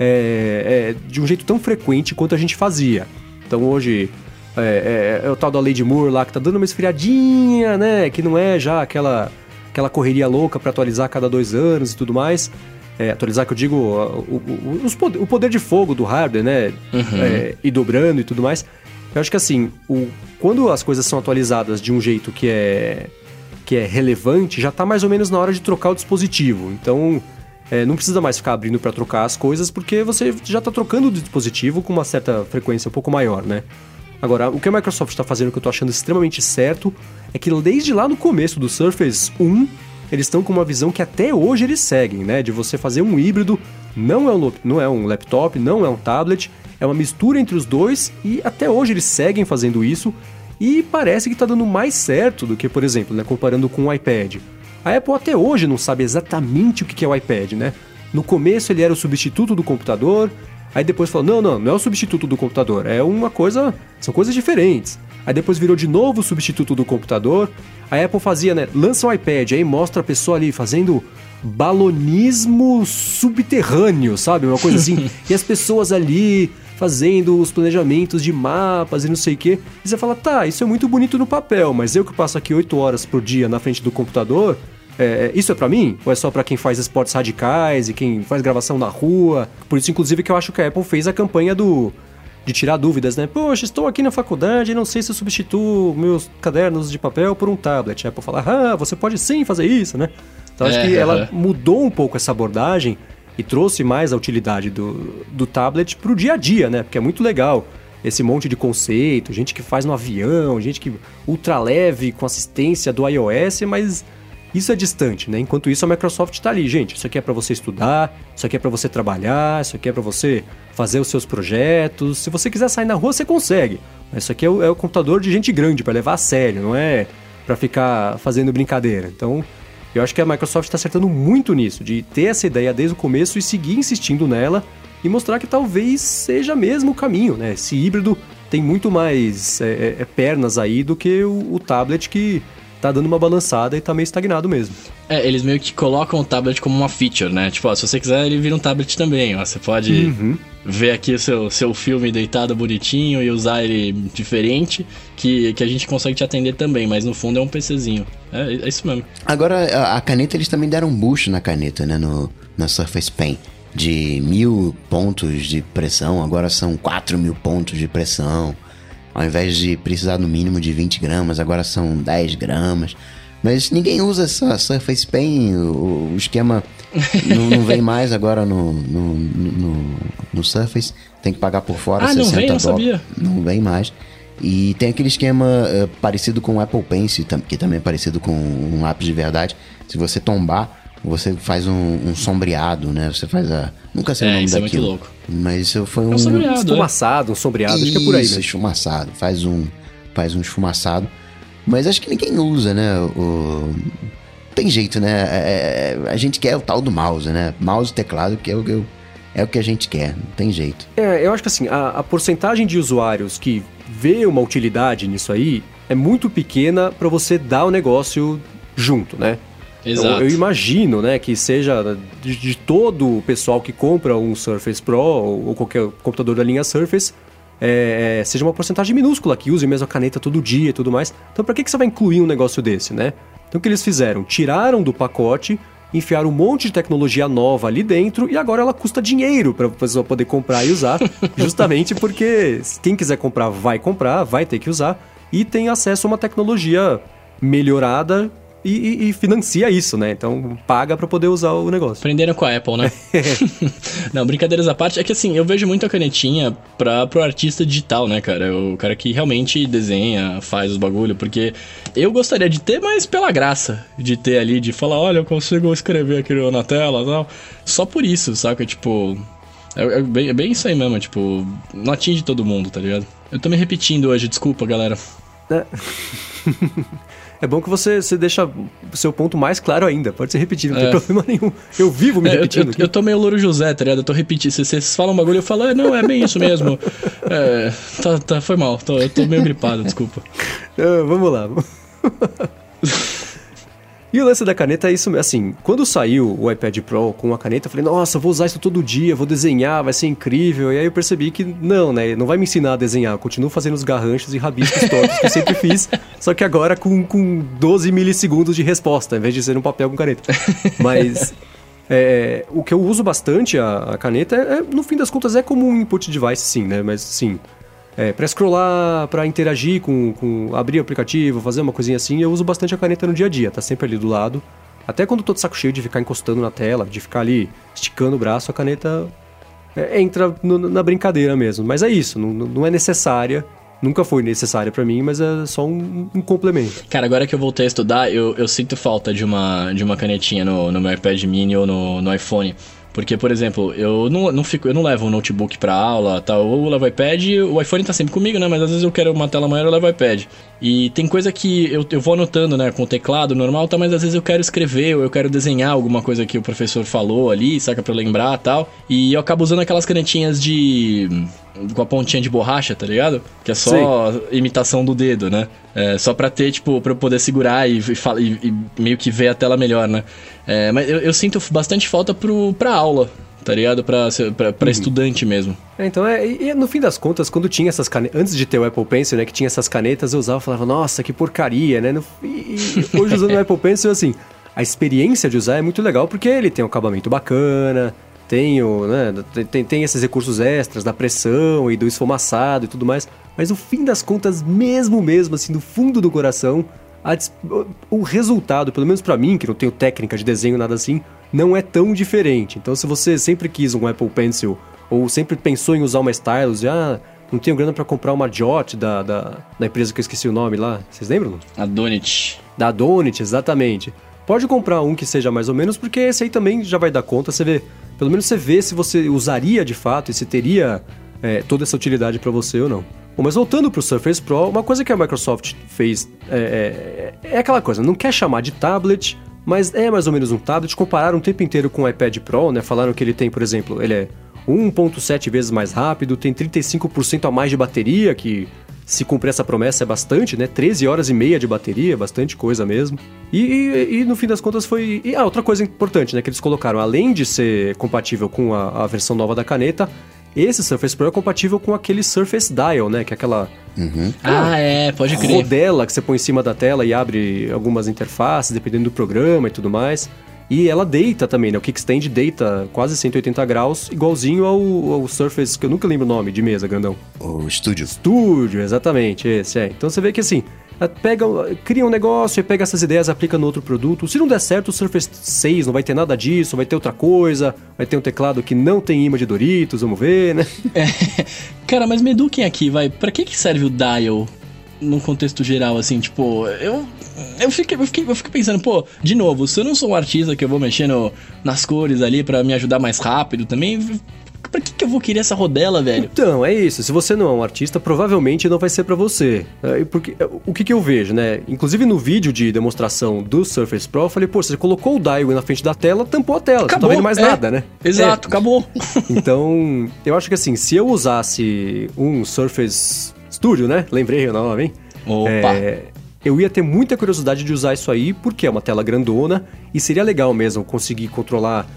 É, é, de um jeito tão frequente quanto a gente fazia. Então hoje é, é, é o tal da Lady Moore lá que tá dando uma esfriadinha, né? Que não é já aquela, aquela correria louca para atualizar a cada dois anos e tudo mais. É, atualizar que eu digo o, o, os poder, o poder de fogo do hardware, né? Uhum. É, e dobrando e tudo mais. Eu acho que assim, o, quando as coisas são atualizadas de um jeito que é, que é relevante, já tá mais ou menos na hora de trocar o dispositivo. Então... É, não precisa mais ficar abrindo para trocar as coisas, porque você já está trocando o dispositivo com uma certa frequência um pouco maior, né? Agora, o que a Microsoft está fazendo, que eu estou achando extremamente certo, é que desde lá no começo do Surface um, eles estão com uma visão que até hoje eles seguem, né? De você fazer um híbrido, não é um, não é um laptop, não é um tablet, é uma mistura entre os dois, e até hoje eles seguem fazendo isso. E parece que tá dando mais certo do que, por exemplo, né, comparando com o iPad. A Apple até hoje não sabe exatamente o que é o iPad, né? No começo ele era o substituto do computador, aí depois falou, não, não, não é o substituto do computador, é uma coisa, são coisas diferentes. Aí depois virou de novo o substituto do computador, a Apple fazia, né, lança o iPad, aí mostra a pessoa ali fazendo balonismo subterrâneo, sabe? Uma coisa assim, e as pessoas ali fazendo os planejamentos de mapas e não sei o quê. E você fala, tá, isso é muito bonito no papel, mas eu que passo aqui oito horas por dia na frente do computador, é, isso é pra mim? Ou é só pra quem faz esportes radicais e quem faz gravação na rua? Por isso, inclusive, que eu acho que a Apple fez a campanha do... de tirar dúvidas, né? Poxa, estou aqui na faculdade e não sei se eu substituo meus cadernos de papel por um tablet. A Apple fala, ah, você pode sim fazer isso, né? Então, acho é, que ela uhum. mudou um pouco essa abordagem e trouxe mais a utilidade do, do tablet pro dia a dia, né? Porque é muito legal esse monte de conceito, gente que faz no avião, gente que ultra leve com assistência do iOS, mas isso é distante, né? Enquanto isso, a Microsoft tá ali, gente, isso aqui é para você estudar, isso aqui é para você trabalhar, isso aqui é para você fazer os seus projetos. Se você quiser sair na rua, você consegue. Mas isso aqui é o, é o computador de gente grande, para levar a sério, não é para ficar fazendo brincadeira. Então, eu acho que a Microsoft está acertando muito nisso, de ter essa ideia desde o começo e seguir insistindo nela e mostrar que talvez seja mesmo o caminho, né? Esse híbrido tem muito mais é, é, pernas aí do que o, o tablet que tá dando uma balançada e tá meio estagnado mesmo. É, eles meio que colocam o tablet como uma feature, né? Tipo, ó, se você quiser, ele vira um tablet também, ó. Você pode uhum. ver aqui o seu, seu filme deitado bonitinho e usar ele diferente, que, que a gente consegue te atender também, mas no fundo é um PCzinho. É, é isso mesmo. Agora, a, a caneta, eles também deram um boost na caneta, né? No, na Surface Pen. De mil pontos de pressão, agora são quatro mil pontos de pressão. Ao invés de precisar no mínimo de vinte gramas, agora são dez gramas. Mas ninguém usa essa Surface Pen, o, o esquema não, não vem mais agora no, no, no, no Surface. Tem que pagar por fora ah, sessenta não vem? Não dólares. Sabia. Não vem mais. E tem aquele esquema uh, parecido com o Apple Pencil, que também é parecido com um lápis de verdade. Se você tombar, você faz um, um sombreado, né? Você faz a... Nunca sei é, o nome isso daquilo. É muito louco. Mas isso foi um... É um sombreado, esfumaçado, é? um sombreado, isso, acho que é por aí, né? esfumaçado. Faz um, faz um esfumaçado. Mas acho que ninguém usa, né? O... Tem jeito, né? É, a gente quer o tal do mouse, né? Mouse e teclado, que é o, é o que a gente quer. Não tem jeito. É, eu acho que assim, a, a porcentagem de usuários que vê uma utilidade nisso aí é muito pequena para você dar o negócio junto, né? Exato. Eu, eu imagino, né, que seja de, de todo o pessoal que compra um Surface Pro ou, ou qualquer computador da linha Surface, é, seja uma porcentagem minúscula que use mesmo a caneta todo dia e tudo mais. Então, para que, que você vai incluir um negócio desse, né? Então, o que eles fizeram? Tiraram do pacote, enfiaram um monte de tecnologia nova ali dentro e agora ela custa dinheiro para a pessoa poder comprar e usar, justamente porque quem quiser comprar vai comprar, vai ter que usar e tem acesso a uma tecnologia melhorada e, e, e financia isso, né? Então paga pra poder usar o negócio. Aprenderam com a Apple, né? Não, brincadeiras à parte, é que assim, eu vejo muito a canetinha pra, pro artista digital, né, cara? O cara que realmente desenha, faz os bagulho, porque eu gostaria de ter, mas pela graça de ter ali, de falar, olha, eu consigo escrever aqui na tela e tal. Só por isso, saca? Tipo, é, é, bem, é bem isso aí mesmo, tipo, não atinge todo mundo, tá ligado? Eu tô me repetindo hoje, desculpa, galera. É. É bom que você, você deixa o seu ponto mais claro ainda. Pode ser repetido, não é. tem problema nenhum. Eu vivo me é, repetindo. Eu, eu, eu tô meio Louro José, tá ligado? Eu tô repetindo. Se vocês falam um bagulho, eu falo, é, não, é bem isso mesmo. É, tá, tá, foi mal. Tô, eu tô meio gripado, desculpa. Não, vamos lá. E o lance da caneta é isso, assim, quando saiu o iPad Pro com a caneta, eu falei, nossa, eu vou usar isso todo dia, vou desenhar, vai ser incrível. E aí eu percebi que não, né, não vai me ensinar a desenhar, eu continuo fazendo os garranchos e rabiscos tortos que eu sempre fiz, só que agora com, com doze milissegundos de resposta, ao invés de ser um papel com caneta. Mas é, o que eu uso bastante a, a caneta, é, no fim das contas, é como um input device, sim, né, mas sim... É, para scrollar, para interagir com, com... abrir o aplicativo, fazer uma coisinha assim, eu uso bastante a caneta no dia a dia, tá sempre ali do lado. Até quando eu tô de saco cheio de ficar encostando na tela, de ficar ali esticando o braço, a caneta é, entra no, na brincadeira mesmo. Mas é isso, não, não é necessária, nunca foi necessária para mim, mas é só um, um complemento. Cara, agora que eu voltei a estudar, eu, eu sinto falta de uma, de uma canetinha no, no meu iPad mini ou no, no iPhone. Porque, por exemplo, eu não, não, fico, eu não levo o notebook pra aula, tal, ou eu levo o iPad, o iPhone tá sempre comigo, né? Mas às vezes eu quero uma tela maior, eu levo o iPad. E tem coisa que eu, eu vou anotando, né? Com o teclado normal, tá? Mas às vezes eu quero escrever, ou eu quero desenhar alguma coisa que o professor falou ali, saca? Pra eu lembrar e tal. E eu acabo usando aquelas canetinhas de... com a pontinha de borracha, tá ligado? Que é só Sim. imitação do dedo, né? É, só pra ter, tipo, pra eu poder segurar e, e, e meio que ver a tela melhor, né? É, mas eu, eu sinto bastante falta pro, pra aula, tá ligado? Pra, pra, pra uhum. estudante mesmo. É, então, é, e no fim das contas, quando tinha essas canetas, antes de ter o Apple Pencil, né, que tinha essas canetas, eu usava e falava, nossa, que porcaria, né? E, e hoje usando o Apple Pencil, assim, a experiência de usar é muito legal, porque ele tem um acabamento bacana, tem, o, né, tem, tem esses recursos extras da pressão e do esfumaçado e tudo mais, mas no fim das contas, mesmo mesmo, assim, no fundo do coração, a, o resultado, pelo menos pra mim, que não tenho técnica de desenho, nada assim, não é tão diferente. Então, se você sempre quis um Apple Pencil, ou sempre pensou em usar uma stylus, e, ah, não tenho grana pra comprar uma Jot da, da, da empresa que eu esqueci o nome lá, vocês lembram? A Donit. Da Donit, exatamente. Pode comprar um que seja mais ou menos, porque esse aí também já vai dar conta, você vê... Pelo menos você vê se você usaria de fato e se teria é, toda essa utilidade para você ou não. Bom, mas voltando para o Surface Pro, uma coisa que a Microsoft fez é, é, é aquela coisa, não quer chamar de tablet, mas é mais ou menos um tablet. Compararam o tempo inteiro com o iPad Pro, né? Falaram que ele tem, por exemplo, ele é um vírgula sete vezes mais rápido, tem trinta e cinco por cento a mais de bateria, que se cumprir essa promessa é bastante, né? treze horas e meia de bateria, bastante coisa mesmo. E, e, e no fim das contas foi... E, ah, outra coisa importante, né? Que eles colocaram, além de ser compatível com a, a versão nova da caneta, esse Surface Pro é compatível com aquele Surface Dial, né? Que é aquela... Uhum. Ah, é, pode crer. Rodela que você põe em cima da tela e abre algumas interfaces, dependendo do programa e tudo mais. E ela deita também, né? O Kickstand deita quase cento e oitenta graus, igualzinho ao, ao Surface, que eu nunca lembro o nome, de mesa, grandão. O Studio. Studio, exatamente, esse é. Então você vê que assim, pega, cria um negócio e pega essas ideias, aplica no outro produto. Se não der certo, o Surface seis não vai ter nada disso, vai ter outra coisa, vai ter um teclado que não tem imã de Doritos, vamos ver, né? É, cara, mas me eduquem aqui, vai. Pra que que serve o Dial? Num contexto geral, assim, tipo, eu... Eu fiquei, eu, fiquei, eu fiquei pensando, pô, de novo, se eu não sou um artista que eu vou mexendo nas cores ali pra me ajudar mais rápido também, pra que que eu vou querer essa rodela, velho? Então, é isso, se você não é um artista, provavelmente não vai ser pra você. É, porque, o que que eu vejo, né? Inclusive no vídeo de demonstração do Surface Pro, eu falei, pô, você colocou o dial na frente da tela, tampou a tela, acabou, você não tá vendo mais é, nada, né? Exato, é. Acabou. Então, eu acho que assim, se eu usasse um Surface Studio, né? Lembrei o nome, hein? Opa! É... Eu ia ter muita curiosidade de usar isso aí, porque é uma tela grandona e seria legal mesmo conseguir controlar...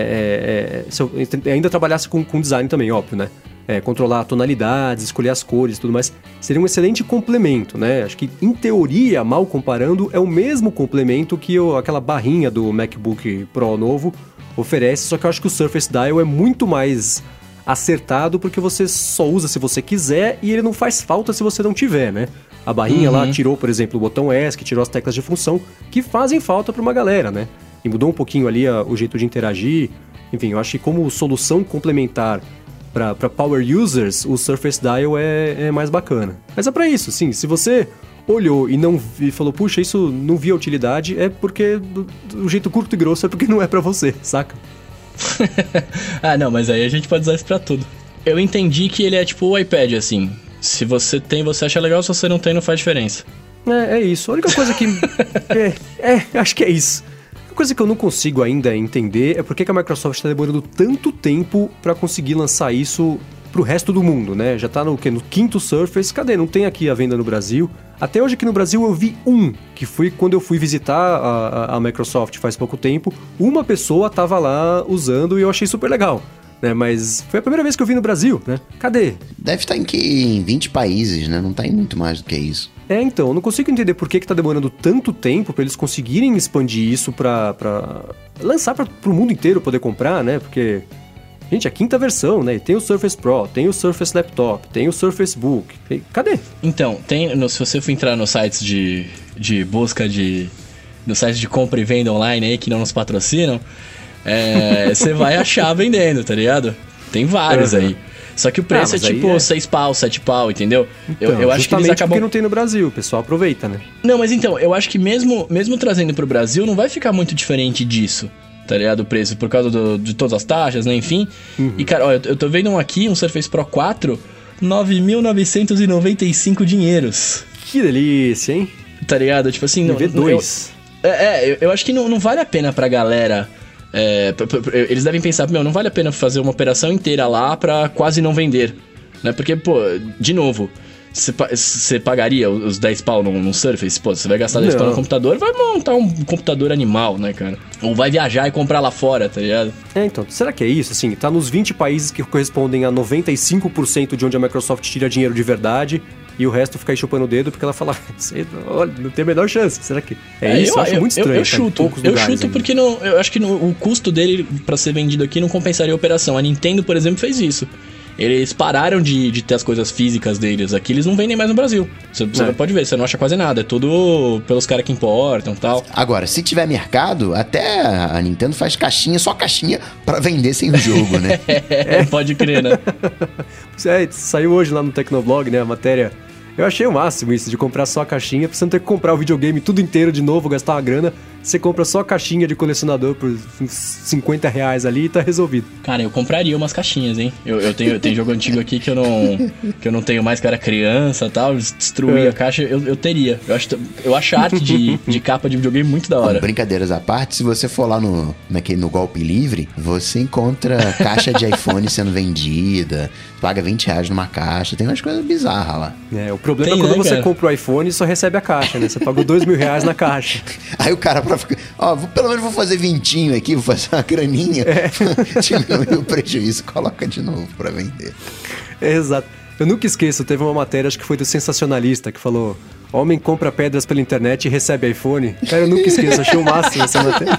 É, é, se eu ainda trabalhasse com, com design também, óbvio, né? É, controlar tonalidades, escolher as cores e tudo mais. Seria um excelente complemento, né? Acho que, em teoria, mal comparando, é o mesmo complemento que eu, aquela barrinha do MacBook Pro novo oferece, só que eu acho que o Surface Dial é muito mais acertado, porque você só usa se você quiser e ele não faz falta se você não tiver, né? A barrinha uhum. lá tirou, por exemplo, o botão E S C, tirou as teclas de função, que fazem falta para uma galera, né? E mudou um pouquinho ali a, o jeito de interagir. Enfim, eu acho que como solução complementar para Power Users, o Surface Dial é, é mais bacana. Mas é para isso, sim. Se você olhou e não e falou, puxa, isso não via utilidade, é porque do, do jeito curto e grosso é porque não é para você, saca? Ah, não, mas aí a gente pode usar isso pra tudo. Eu entendi que ele é tipo o iPad, assim. Se você tem, você acha legal, se você não tem, não faz diferença. É, é isso. A única coisa que... é, é, acho que é isso. A coisa que eu não consigo ainda entender é por que a Microsoft está demorando tanto tempo para conseguir lançar isso pro resto do mundo, né? Já tá no, quê? no quinto Surface. Cadê? Não tem aqui a venda no Brasil. Até hoje aqui no Brasil eu vi um, que foi quando eu fui visitar a, a, a Microsoft faz pouco tempo. Uma pessoa tava lá usando e eu achei super legal. Né, mas foi a primeira vez que eu vi no Brasil, né? Cadê? Deve estar em, que, em vinte países, né? Não tá em muito mais do que isso. É, então, eu não consigo entender por que que tá demorando tanto tempo pra eles conseguirem expandir isso pra... pra lançar pra, pro mundo inteiro poder comprar, né? Porque, gente, a quinta versão, né? Tem o Surface Pro, tem o Surface Laptop, tem o Surface Book. Cadê? Então, tem, no, se você for entrar nos sites de, de busca de... nos sites de compra e venda online aí que não nos patrocinam, É, você vai achar vendendo, tá ligado? Tem vários uhum. aí. Só que o preço ah, é tipo é... seis pau, sete pau, entendeu? Então, eu, eu acho que eles acabam... porque não tem no Brasil, o pessoal aproveita, né? Não, mas então, eu acho que mesmo, mesmo trazendo pro Brasil, não vai ficar muito diferente disso. tá ligado? O preço, por causa do, de todas as taxas, né? Enfim. Uhum. E, cara, ó, eu, eu tô vendo um aqui, um Surface Pro quatro, nove mil novecentos e noventa e cinco dinheiros. Que delícia, hein? Tá ligado? Tipo assim... V dois. Eu, é, é, eu, eu acho que não, não vale a pena pra galera... É, p- p- eles devem pensar, meu, não vale a pena fazer uma operação inteira lá pra quase não vender, né? Porque, pô, de novo... Você pagaria os dez pau num, num Surface? Pô, você vai gastar dez pau no computador, vai montar um computador animal, né, cara? Ou vai viajar e comprar lá fora, tá ligado? É, então, será que é isso? Assim, tá nos vinte países que correspondem a noventa e cinco por cento de onde a Microsoft tira dinheiro de verdade e o resto fica aí chupando o dedo porque ela fala, olha, não tem a menor chance. Será que é, é isso? Eu, eu acho eu, muito estranho. Eu, eu chuto, eu chuto ainda. porque não, eu acho que no, o custo dele pra ser vendido aqui não compensaria a operação. A Nintendo, por exemplo, fez isso. Eles pararam de, de ter as coisas físicas deles aqui, eles não vendem mais no Brasil. Você, você pode ver, você não acha quase nada. É tudo pelos caras que importam e tal. Agora, se tiver mercado, até a Nintendo faz caixinha, só caixinha pra vender sem o jogo, né? É, pode crer, né? É, saiu hoje lá no Tecnoblog, né, a matéria. Eu achei o máximo isso, de comprar só a caixinha, pra você não ter que comprar o videogame tudo inteiro de novo, gastar uma grana. Você compra só a caixinha de colecionador por uns cinquenta reais ali e tá resolvido. Cara, eu compraria umas caixinhas, hein? Eu, eu, tenho, eu tenho jogo antigo aqui que eu não que eu não tenho mais, que eu era criança e tal. Destruir é. a caixa, eu, eu teria. Eu acho, eu acho a arte de, de capa de videogame muito da hora. Brincadeiras à parte, se você for lá no, naquele, no Golpe Livre, você encontra caixa de iPhone sendo vendida, paga vinte reais numa caixa, tem umas coisas bizarras lá. É, o problema tem, é quando né, você cara? compra o iPhone e só recebe a caixa, né? Você pagou dois mil reais na caixa. Aí o cara, pra ficar, ó, vou, pelo menos vou fazer vintinho aqui, vou fazer uma graninha, é. diminui o prejuízo, coloca de novo pra vender. É, exato. Eu nunca esqueço, teve uma matéria, acho que foi do Sensacionalista, que falou: homem compra pedras pela internet e recebe iPhone. Cara, eu nunca esqueço, achei o máximo essa matéria.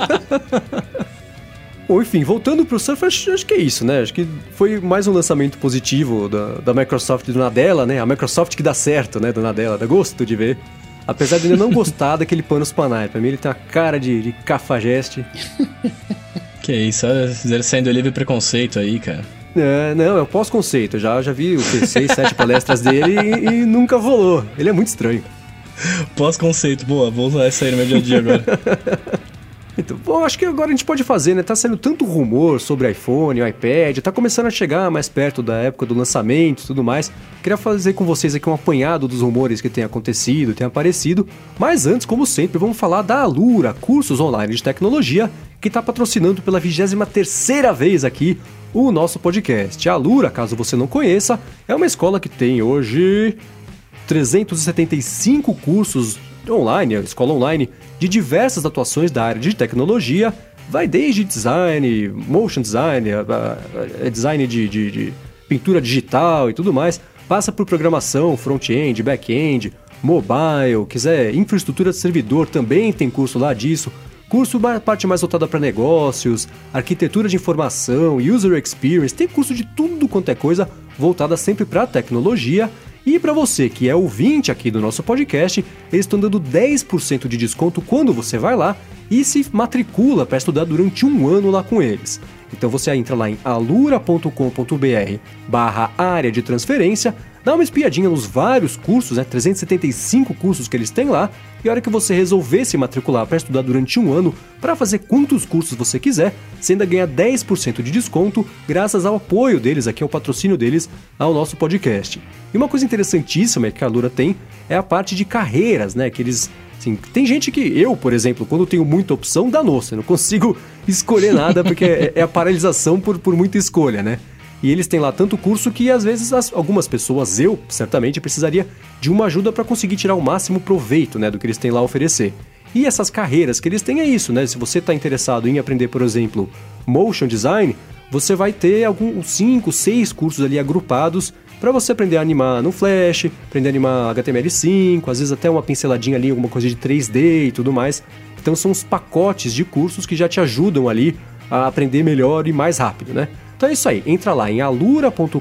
Bom, enfim, voltando pro Surface, acho que é isso, né? Acho que foi mais um lançamento positivo da, da Microsoft do Nadella, né? A Microsoft que dá certo, né, do Nadella, dá gosto de ver. Apesar de eu não gostar daquele Panos Panay. Pra mim ele tem uma cara de, de cafajeste. Que isso, olha, saindo livre preconceito aí, cara. É, não, é o pós-conceito. Já, já vi o P seis, sete palestras dele e, e nunca rolou. Ele é muito estranho. Pós-conceito, boa, vou usar essa aí no meu dia a dia agora. Então, bom, acho que agora a gente pode fazer, né? Tá saindo tanto rumor sobre iPhone, iPad, tá começando a chegar mais perto da época do lançamento e tudo mais. Queria fazer com vocês aqui um apanhado dos rumores que tem acontecido, tem aparecido. Mas antes, como sempre, vamos falar da Alura, cursos online de tecnologia, que tá patrocinando pela vigésima terceira vez aqui o nosso podcast. A Alura, caso você não conheça, é uma escola que tem hoje trezentos e setenta e cinco cursos online, escola online, de diversas atuações da área de tecnologia, vai desde design, motion design, a, a, a design de, de, de pintura digital e tudo mais, passa por programação, front-end, back-end, mobile, quiser infraestrutura de servidor, também tem curso lá disso, curso, parte mais voltada para negócios, arquitetura de informação, user experience, tem curso de tudo quanto é coisa voltada sempre para tecnologia. E para você que é ouvinte aqui do nosso podcast, eles estão dando dez por cento de desconto quando você vai lá e se matricula para estudar durante um ano lá com eles. Então você entra lá em alura.com.br barra área de transferência, dá uma espiadinha nos vários cursos, né, trezentos e setenta e cinco cursos que eles têm lá, e a hora que você resolver se matricular para estudar durante um ano, para fazer quantos cursos você quiser, você ainda ganha dez por cento de desconto graças ao apoio deles, aqui ao patrocínio deles, ao nosso podcast. E uma coisa interessantíssima que a Alura tem é a parte de carreiras, né, que eles... Assim, tem gente que, eu, por exemplo, quando tenho muita opção, danou-se, eu não consigo escolher nada porque é, é a paralisação por, por muita escolha, né? E eles têm lá tanto curso que, às vezes, as, algumas pessoas, eu, certamente, precisaria de uma ajuda para conseguir tirar o máximo proveito, né, do que eles têm lá a oferecer. E essas carreiras que eles têm é isso, né? Se você está interessado em aprender, por exemplo, motion design, você vai ter alguns cinco, seis cursos ali agrupados para você aprender a animar no Flash, aprender a animar H T M L cinco, às vezes até uma pinceladinha ali, alguma coisa de três D e tudo mais. Então são os pacotes de cursos que já te ajudam ali a aprender melhor e mais rápido, né? Então é isso aí, entra lá em alura.com.br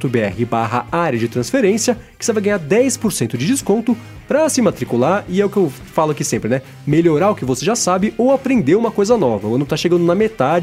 barra área de transferência, que você vai ganhar dez por cento de desconto para se matricular, e é o que eu falo aqui sempre, né? Melhorar o que você já sabe ou aprender uma coisa nova. O ano tá chegando na metade,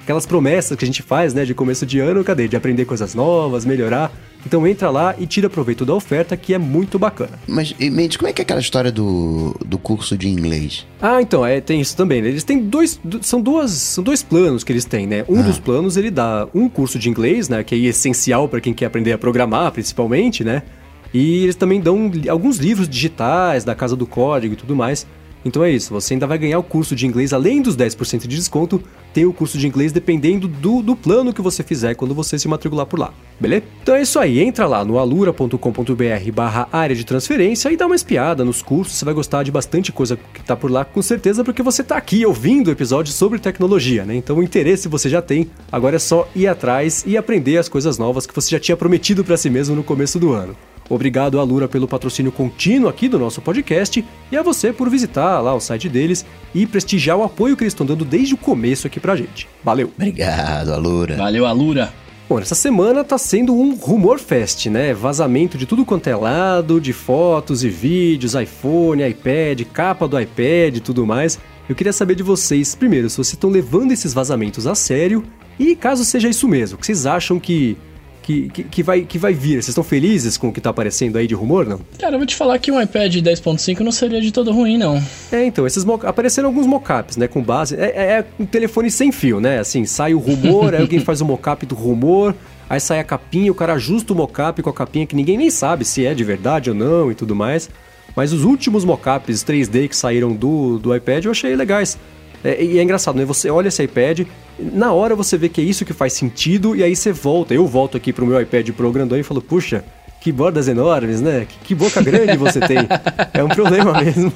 aquelas promessas que a gente faz, né, de começo de ano, cadê? De aprender coisas novas, melhorar. Então entra lá e tira proveito da oferta, que é muito bacana. Mas, Mendes, como é que é aquela história do, do curso de inglês? Ah, então, é, tem isso também, né? Eles têm dois, são duas, são dois planos que eles têm, né? Um ah. dos planos, ele dá um curso de inglês, né, que é essencial para quem quer aprender a programar, principalmente, né? E eles também dão alguns livros digitais da Casa do Código e tudo mais. Então é isso, você ainda vai ganhar o curso de inglês, além dos dez por cento de desconto, tem o curso de inglês dependendo do, do plano que você fizer quando você se matricular por lá, beleza? Então é isso aí, entra lá no alura ponto com ponto b r barra área de transferência e dá uma espiada nos cursos, você vai gostar de bastante coisa que tá por lá, com certeza, porque você tá aqui ouvindo episódios sobre tecnologia, né? Então o interesse você já tem, agora é só ir atrás e aprender as coisas novas que você já tinha prometido para si mesmo no começo do ano. Obrigado, Alura, pelo patrocínio contínuo aqui do nosso podcast e a você por visitar lá o site deles e prestigiar o apoio que eles estão dando desde o começo aqui pra gente. Valeu! Obrigado, Alura. Valeu, Alura. Bom, essa semana tá sendo um rumor fest, né? Vazamento de tudo quanto é lado, de fotos e vídeos, iPhone, iPad, capa do iPad e tudo mais. Eu queria saber de vocês, primeiro, se vocês estão levando esses vazamentos a sério e caso seja isso mesmo, que vocês acham que... Que, que, que, vai, que vai vir. Vocês estão felizes com o que tá aparecendo aí de rumor, não? Cara, eu vou te falar que um iPad dez ponto cinco não seria de todo ruim, não. É, então, esses mo- apareceram alguns mockups, né, com base... É, é, é um telefone sem fio, né? Assim, sai o rumor, aí alguém faz o mockup do rumor, aí sai a capinha, o cara ajusta o mockup com a capinha que ninguém nem sabe se é de verdade ou não e tudo mais. Mas os últimos mockups três D que saíram do, do iPad eu achei legais. É, e é engraçado, né? Você olha esse iPad, na hora você vê que é isso que faz sentido, e aí você volta. Eu volto aqui pro meu iPad Pro grandão e falo, puxa, que bordas enormes, né? Que, que boca grande você tem. É um problema mesmo.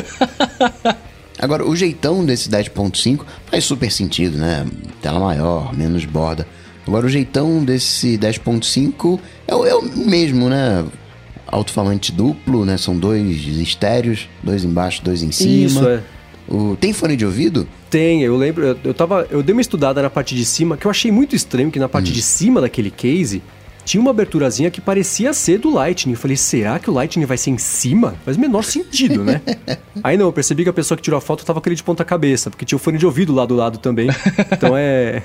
Agora, o jeitão desse dez ponto cinco faz super sentido, né? Tela maior, menos borda. Agora, o jeitão desse dez ponto cinco é, é o mesmo, né? Alto-falante duplo, né? São dois estéreos, dois embaixo, dois em cima. Isso, é. O... Tem fone de ouvido? Tem, eu lembro, eu, eu tava, eu dei uma estudada na parte de cima, que eu achei muito estranho, que na parte hum. de cima daquele case, tinha uma aberturazinha que parecia ser do Lightning. Eu falei, será que o Lightning vai ser em cima? Faz o menor sentido, né? Aí não, eu percebi que a pessoa que tirou a foto tava com ele de ponta cabeça, porque tinha o fone de ouvido lá do lado também. Então é...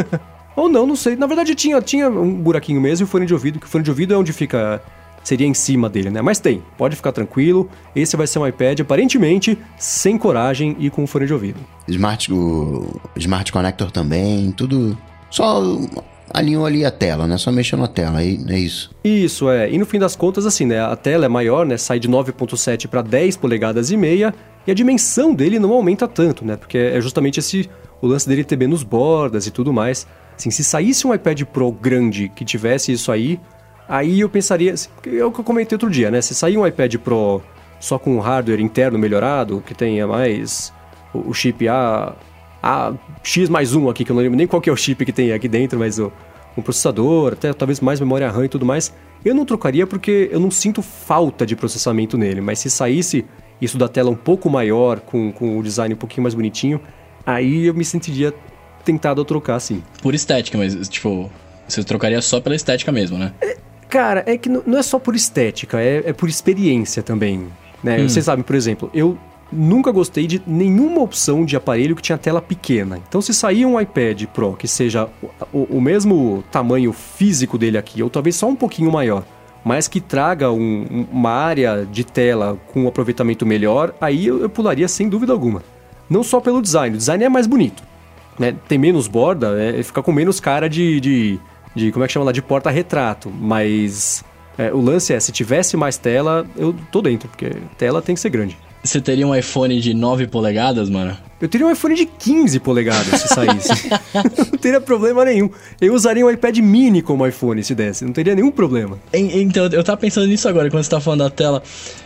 Ou não, não sei. Na verdade tinha, tinha um buraquinho mesmo e o fone de ouvido, que o fone de ouvido é onde fica... Seria em cima dele, né? Mas tem, pode ficar tranquilo. Esse vai ser um iPad, aparentemente, sem coragem e com fone de ouvido. Smart, o Smart Connector também, tudo... Só alinhou ali a tela, né? Só mexeu na tela, aí é isso. Isso, é. E no fim das contas, assim, né? A tela é maior, né? Sai de nove ponto sete para dez polegadas e meia. E a dimensão dele não aumenta tanto, né? Porque é justamente esse... O lance dele ter menos bordas e tudo mais. Assim, se saísse um iPad Pro grande que tivesse isso aí... Aí eu pensaria, é o que eu comentei outro dia, né? Se sair um iPad Pro só com hardware interno melhorado, que tenha mais o, o chip A, A, X mais um aqui, que eu não lembro nem qual que é o chip que tem aqui dentro, mas o, um processador, até talvez mais memória RAM e tudo mais, eu não trocaria porque eu não sinto falta de processamento nele. Mas se saísse isso da tela um pouco maior, com, com o design um pouquinho mais bonitinho, aí eu me sentiria tentado a trocar, sim. Por estética, mas tipo, você trocaria só pela estética mesmo, né? É, cara, é que não é só por estética, é, é por experiência também, né? Hum. Vocês sabem, por exemplo, eu nunca gostei de nenhuma opção de aparelho que tinha tela pequena. Então, se sair um iPad Pro que seja o, o mesmo tamanho físico dele aqui, ou talvez só um pouquinho maior, mas que traga um, uma área de tela com um aproveitamento melhor, aí eu, eu pularia sem dúvida alguma. Não só pelo design, o design é mais bonito, né? Tem menos borda, é, fica com menos cara de... de de, como é que chama lá, de porta-retrato, mas é, o lance é, se tivesse mais tela, eu tô dentro, porque tela tem que ser grande. Você teria um iPhone de nove polegadas, mano? Eu teria um iPhone de quinze polegadas se saísse. Não teria problema nenhum. Eu usaria um iPad mini como iPhone se desse, não teria nenhum problema. Então, eu tava pensando nisso agora, quando você tá falando da tela.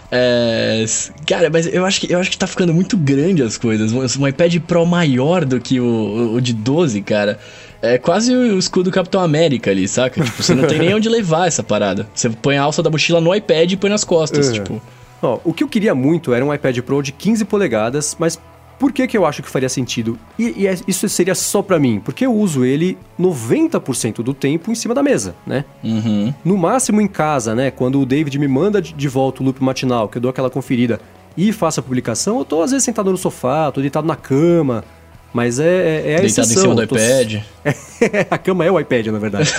É... Cara, mas eu acho, que, eu acho que tá ficando muito grande as coisas. Um iPad Pro maior do que o, o de doze, cara. É quase o escudo do Capitão América ali, saca? Tipo, você não tem nem onde levar essa parada. Você põe a alça da mochila no iPad e põe nas costas, uhum. tipo... Ó, o que eu queria muito era um iPad Pro de quinze polegadas, mas por que que eu acho que faria sentido? E, e é, isso seria só pra mim, porque eu uso ele noventa por cento do tempo em cima da mesa, né? Uhum. No máximo em casa, né? Quando o David me manda de, de volta o loop matinal, que eu dou aquela conferida e faço a publicação, eu tô às vezes sentado no sofá, tô deitado na cama... Mas é, é, é a Deitado exceção. em cima do Tô... iPad. A cama é o iPad, na verdade.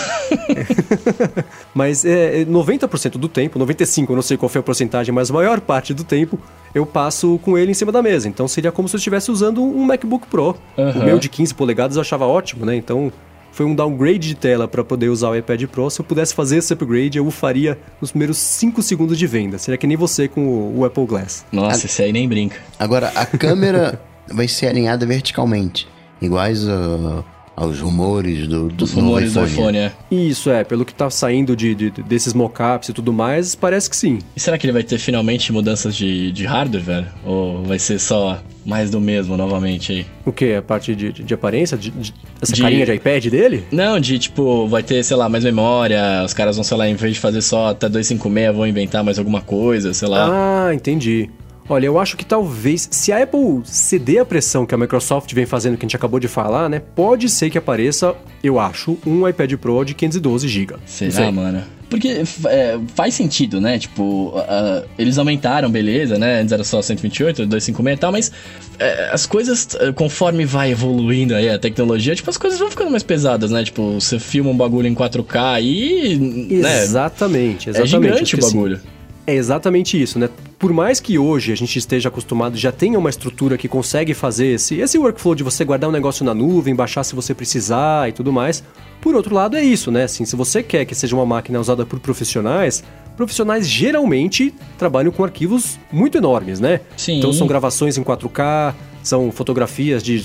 Mas é, noventa por cento do tempo, noventa e cinco por cento, eu não sei qual foi a porcentagem, mas a maior parte do tempo eu passo com ele em cima da mesa. Então seria como se eu estivesse usando um MacBook Pro. Uhum. O meu de quinze polegadas eu achava ótimo, né? Então foi um downgrade de tela para poder usar o iPad Pro. Se eu pudesse fazer esse upgrade, eu o faria nos primeiros cinco segundos de venda. Seria que nem você com o, o Apple Glass. Nossa, a... esse aí nem brinca. Agora, a câmera vai ser alinhada verticalmente, iguais a... aos rumores do, do, Os rumores do iPhone, é. Isso, é. Pelo que tá saindo de, de, desses mockups e tudo mais, parece que sim. E será que ele vai ter finalmente mudanças de, de hardware, velho? Ou vai ser só mais do mesmo novamente aí? O quê? A parte de, de, de aparência? De, de, essa de... carinha de iPad dele? Não, de tipo, vai ter, sei lá, mais memória. Os caras vão, sei lá, em vez de fazer só até duzentos e cinquenta e seis, vão inventar mais alguma coisa, sei lá. Ah, entendi. Olha, eu acho que talvez, se a Apple ceder a pressão que a Microsoft vem fazendo, que a gente acabou de falar, né? Pode ser que apareça, eu acho, um iPad Pro de quinhentos e doze gigabytes. Será, mano? Porque é, faz sentido, né? Tipo, uh, eles aumentaram, beleza, né? Antes era só cento e vinte e oito, duzentos e cinquenta e seis e tal, mas é, as coisas, conforme vai evoluindo aí a tecnologia, tipo, as coisas vão ficando mais pesadas, né? Tipo, você filma um bagulho em quatro K e... Exatamente, né? exatamente. É gigante o bagulho. Assim, é exatamente isso, né? Por mais que hoje a gente esteja acostumado, já tenha uma estrutura que consegue fazer esse, esse workflow de você guardar um negócio na nuvem, baixar se você precisar e tudo mais. Por outro lado, é isso, né? Assim, se você quer que seja uma máquina usada por profissionais, profissionais geralmente trabalham com arquivos muito enormes, né? Sim. Então são gravações em quatro K, são fotografias de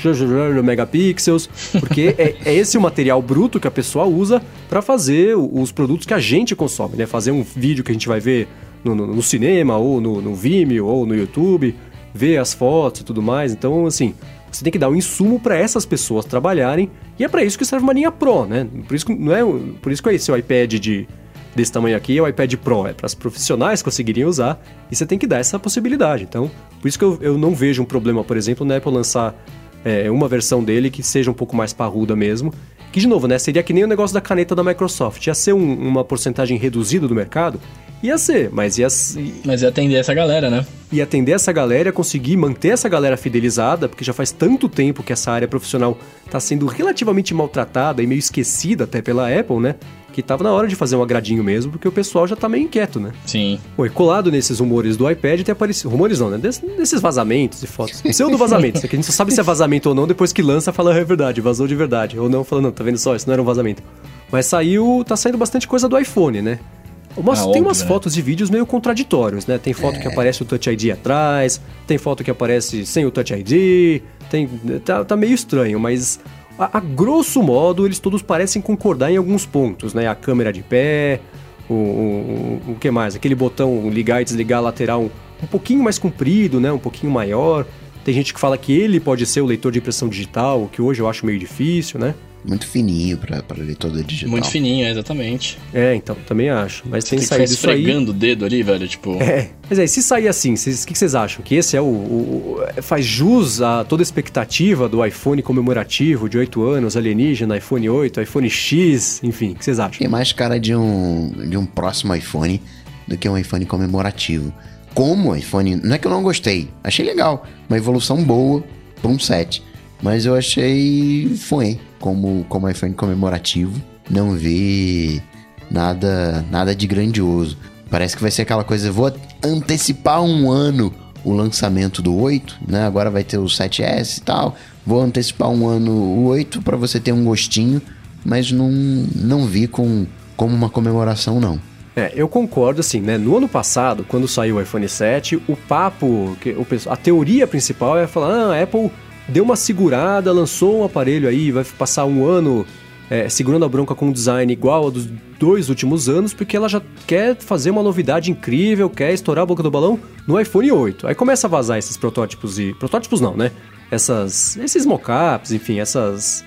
megapixels, porque é, é esse o material bruto que a pessoa usa para fazer os produtos que a gente consome, né? Fazer um vídeo que a gente vai ver no, no, no cinema, ou no, no Vimeo, ou no YouTube, ver as fotos e tudo mais. Então, assim, você tem que dar um insumo para essas pessoas trabalharem, e é para isso que serve uma linha Pro, né? Por isso que, não é, por isso que esse iPad de... desse tamanho aqui é o iPad Pro, é para os profissionais conseguirem usar, e você tem que dar essa possibilidade. Então, por isso que eu, eu não vejo um problema, por exemplo, na Apple lançar é, uma versão dele que seja um pouco mais parruda mesmo, que de novo, né, seria que nem o negócio da caneta da Microsoft, ia ser um, uma porcentagem reduzida do mercado, ia ser, mas ia... Mas ia atender essa galera, né? Ia atender essa galera, conseguir manter essa galera fidelizada, porque já faz tanto tempo que essa área profissional está sendo relativamente maltratada e meio esquecida até pela Apple, né? Que tava na hora de fazer um agradinho mesmo, porque o pessoal já tá meio inquieto, né? Sim. Pô, e colado nesses rumores do iPad tem aparecido... Rumores não, né? Des, desses vazamentos e fotos. Pseudo-vazamentos, que a gente só sabe se é vazamento ou não, depois que lança, fala, é verdade, vazou de verdade. Ou não, fala, não, tá vendo só, isso não era um vazamento. Mas saiu... Tá saindo bastante coisa do iPhone, né? Umas, ah, tem óbvio, umas né? fotos e vídeos meio contraditórios, né? Tem foto é. que aparece o Touch I D atrás, tem foto que aparece sem o Touch I D, tem... Tá, tá meio estranho, mas... A, a grosso modo, eles todos parecem concordar em alguns pontos, né? A câmera de pé, o, o, o, o que mais? Aquele botão ligar e desligar lateral um, um pouquinho mais comprido, né? Um pouquinho maior. Tem gente que fala que ele pode ser o leitor de impressão digital, o que hoje eu acho meio difícil, né? Muito fininho pra, pra leitor digital. Muito fininho, é, exatamente. É, então, também acho. Mas você tem, tem saído isso aí... esfregando o dedo ali, velho, tipo... É, mas aí, se sair assim, o que, que vocês acham? Que esse é o, o... faz jus a toda a expectativa do iPhone comemorativo de oito anos, alienígena, iPhone oito, iPhone X, enfim, o que vocês acham? Tem mais cara de um, de um próximo iPhone do que um iPhone comemorativo. Como iPhone... Não é que eu não gostei, achei legal. Uma evolução boa para um sete. Mas eu achei... Foi... Como, como iPhone comemorativo, não vi nada, nada de grandioso. Parece que vai ser aquela coisa, vou antecipar um ano o lançamento do oito, né? Agora vai ter o sete S e tal. Vou antecipar um ano o oito para você ter um gostinho, mas não, não vi com, como uma comemoração, não. É, eu concordo, assim, né? No ano passado, quando saiu o iPhone sete, o papo, que o, a teoria principal é falar, ah, a Apple... deu uma segurada, lançou um aparelho aí, vai passar um ano é, segurando a bronca com um design igual ao dos dois últimos anos, porque ela já quer fazer uma novidade incrível, quer estourar a boca do balão no iPhone oito. Aí começa a vazar esses protótipos e... Protótipos não, né? Essas, esses mockups, enfim, essas...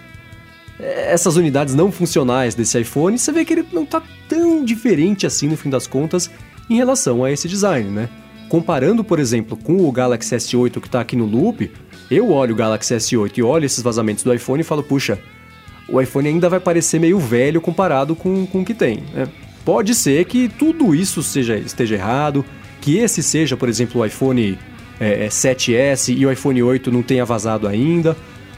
Essas unidades não funcionais desse iPhone, você vê que ele não tá tão diferente assim, no fim das contas, em relação a esse design, né? Comparando, por exemplo, com o Galaxy S oito que tá aqui no Loop... Eu olho o Galaxy S oito e olho esses vazamentos do iPhone e falo, puxa, o iPhone ainda vai parecer meio velho comparado com, com o que tem. Né? Pode ser que tudo isso seja, esteja errado, que esse seja, por exemplo, o iPhone é, sete S e o iPhone oito não tenha vazado ainda,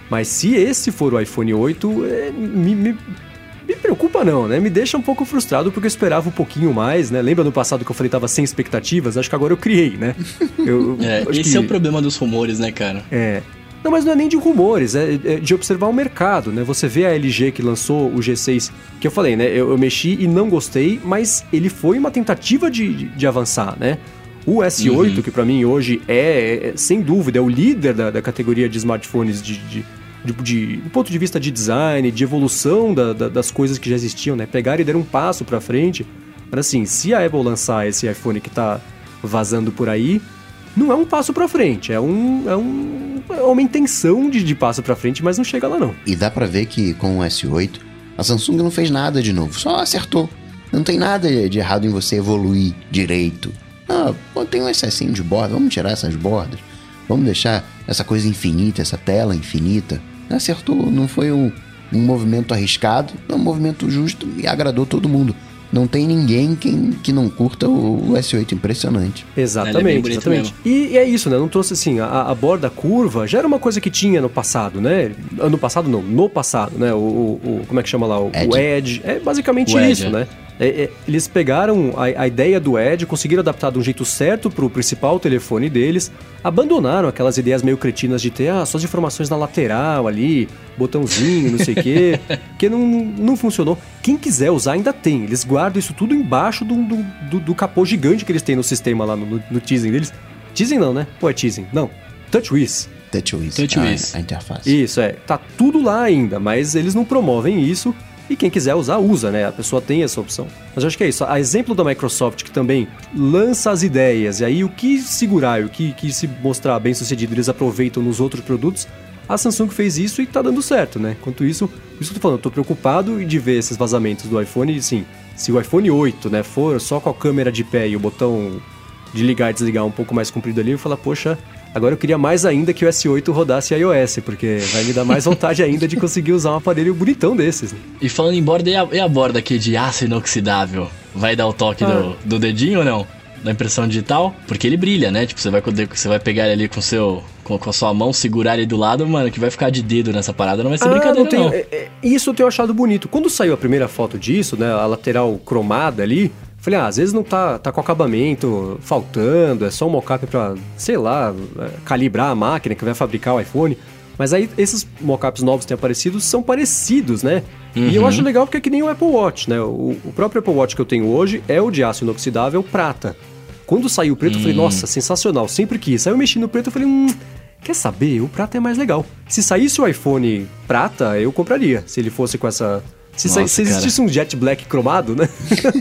Mas se esse for o iPhone oito, é, me, me, me preocupa não, né? Me deixa um pouco frustrado porque eu esperava um pouquinho mais, né? Lembra no passado que eu falei que tava sem expectativas? Acho que agora eu criei, né? Eu, é, esse que... é o problema dos rumores, né, cara? É... Não, mas não é nem de rumores, é, é de observar o mercado, né? Você vê a L G que lançou o G seis, que eu falei, né? Eu, eu mexi e não gostei, mas ele foi uma tentativa de, de, de avançar, né? O S oito, uhum. que pra mim hoje é, é, sem dúvida, é o líder da, da categoria de smartphones de, de, de, de, do ponto de vista de design, de evolução da, da, das coisas que já existiam, né? Pegaram e deram um passo pra frente. Mas assim, se a Apple lançar esse iPhone que tá vazando por aí, não é um passo pra frente, é, um, é, um, é uma intenção de, de passo pra frente, mas não chega lá não. E dá pra ver que com o S oito, a Samsung não fez nada de novo, só acertou. Não tem nada de errado em você evoluir direito. Ah, pô, tem um excessinho de borda, vamos tirar essas bordas, vamos deixar essa coisa infinita, essa tela infinita. Acertou, não foi um, um movimento arriscado, é um movimento justo e agradou todo mundo. Não tem ninguém que, que não curta o, o S oito, impressionante. Exatamente, é exatamente. E, e é isso, né? Não trouxe assim, a, a borda curva já era uma coisa que tinha no passado, né? No passado não, no passado, né? O, o, o como é que chama lá? O Edge. O Edge. É basicamente o isso, Edge, né? É, é, eles pegaram a, a ideia do Edge, conseguiram adaptar de um jeito certo pro principal telefone deles, abandonaram aquelas ideias meio cretinas de ter ah, só as informações na lateral ali, botãozinho, não sei o quê, que não, não funcionou. Quem quiser usar ainda tem, eles guardam isso tudo embaixo do, do, do, do capô gigante que eles têm no sistema lá, no, no, no teasing deles. Teasing não, né? Ou é teasing? Não, TouchWiz. TouchWiz, TouchWiz. A, a interface. Isso, é. Tá tudo lá ainda, mas eles não promovem isso. E quem quiser usar, usa, né? A pessoa tem essa opção. Mas eu acho que é isso. A exemplo da Microsoft, que também lança as ideias, e aí o que segurar e o que, que se mostrar bem sucedido, eles aproveitam nos outros produtos. A Samsung fez isso e tá dando certo, né? Enquanto isso, por isso que eu tô falando, eu tô preocupado de ver esses vazamentos do iPhone. E sim, se o iPhone oito, né, for só com a câmera de pé e o botão de ligar e desligar um pouco mais comprido ali, eu falo, poxa, agora eu queria mais ainda que o S oito rodasse iOS, porque vai me dar mais vontade ainda de conseguir usar um aparelho bonitão desses. Né? E falando em borda, e a, e a borda aqui de aço inoxidável? Vai dar o toque ah. do, do dedinho ou não? Da impressão digital? Porque ele brilha, né? Tipo, você vai, você vai pegar ele ali com, seu, com, com a sua mão, segurar ele do lado, mano, que vai ficar de dedo nessa parada, não vai ser ah, brincadeira não. Tenho, não. É, é, isso eu tenho achado bonito. Quando saiu a primeira foto disso, né, a lateral cromada ali, falei, ah, às vezes não tá, tá com acabamento faltando, é só um mockup pra, sei lá, calibrar a máquina que vai fabricar o iPhone. Mas aí esses mockups novos que têm aparecido são parecidos, né? Uhum. E eu acho legal porque é que nem o Apple Watch, né? O, o próprio Apple Watch que eu tenho hoje é o de aço inoxidável prata. Quando saiu o preto, hum. eu falei, nossa, sensacional, sempre quis. Aí eu mexi no preto e falei, hum, quer saber? O prata é mais legal. Se saísse o iPhone prata, eu compraria. Se ele fosse com essa... Se, Nossa, se existisse cara. um Jet Black cromado, né?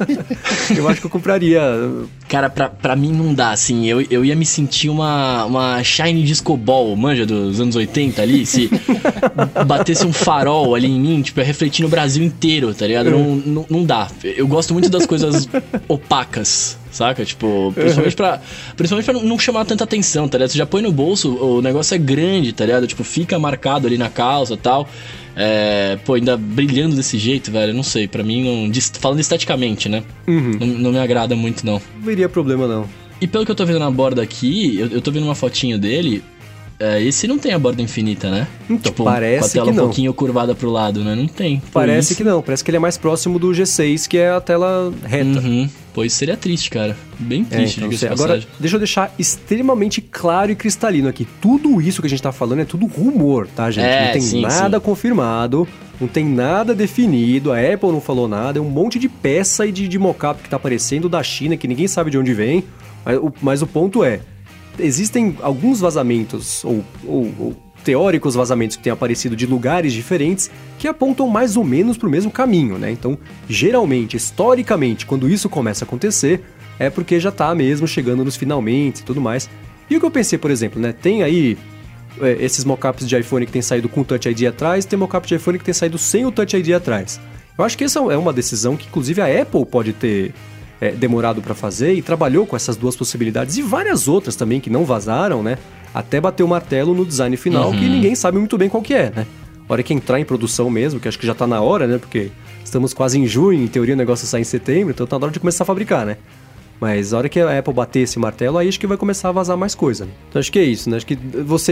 eu acho que eu compraria. Cara, pra, pra mim não dá, assim. Eu, eu ia me sentir uma, uma Shine Disco Ball, manja, dos anos oitenta ali. Se batesse um farol ali em mim, tipo, ia refletir no Brasil inteiro, tá ligado? Não, não, não dá. Eu gosto muito das coisas opacas, saca? Tipo, principalmente pra, principalmente pra não chamar tanta atenção, tá ligado? Você já põe no bolso, o negócio é grande, tá ligado? Tipo, fica marcado ali na calça e tal. É, pô, ainda brilhando desse jeito, velho, não sei, pra mim, não, falando esteticamente, né? Uhum. Não, não me agrada muito, não. Não veria problema, não. E pelo que eu tô vendo na borda aqui, eu, eu tô vendo uma fotinho dele, é, esse não tem a borda infinita, né? Então, tipo, parece com a tela que não. um pouquinho curvada pro lado, né? Não tem. Parece que não, parece que ele é mais próximo do G seis, que é a tela reta. Uhum. Pois seria triste, cara. Bem triste, é, então, agora, deixa eu deixar extremamente claro e cristalino aqui. Tudo isso que a gente tá falando é tudo rumor, tá, gente? É, não tem sim, nada sim. confirmado, não tem nada definido, a Apple não falou nada, é um monte de peça e de, de mockup que tá aparecendo da China, que ninguém sabe de onde vem. Mas o, mas o ponto é, existem alguns vazamentos, ou, ou, ou teóricos vazamentos que têm aparecido de lugares diferentes que apontam mais ou menos para o mesmo caminho, né? Então, geralmente, historicamente, quando isso começa a acontecer, é porque já tá mesmo chegando nos finalmente e tudo mais. E o que eu pensei, por exemplo, né? Tem aí é, esses mockups de iPhone que tem saído com o Touch I D atrás, tem mockup de iPhone que tem saído sem o Touch I D atrás. Eu acho que essa é uma decisão que, inclusive, a Apple pode ter é, demorado para fazer e trabalhou com essas duas possibilidades e várias outras também que não vazaram, né? Até bater o martelo no design final, uhum. que ninguém sabe muito bem qual que é, né? A hora que entrar em produção mesmo, que acho que já tá na hora, né? Porque estamos quase em junho, em teoria o negócio sai em setembro, então tá na hora de começar a fabricar, né? Mas a hora que a Apple bater esse martelo, aí acho que vai começar a vazar mais coisa, né? Então acho que é isso, né? Acho que vocês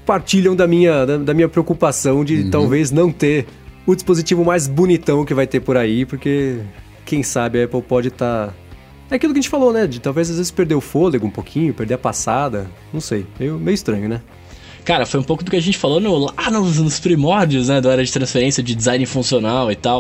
partilham da minha, da, da minha preocupação de uhum. talvez não ter o dispositivo mais bonitão que vai ter por aí, porque quem sabe a Apple pode estar... Tá... É aquilo que a gente falou, né? De talvez às vezes perder o fôlego um pouquinho, perder a passada, não sei, meio, meio estranho, né? Cara, foi um pouco do que a gente falou no, lá nos, nos primórdios, né, da área de transferência, de design funcional e tal.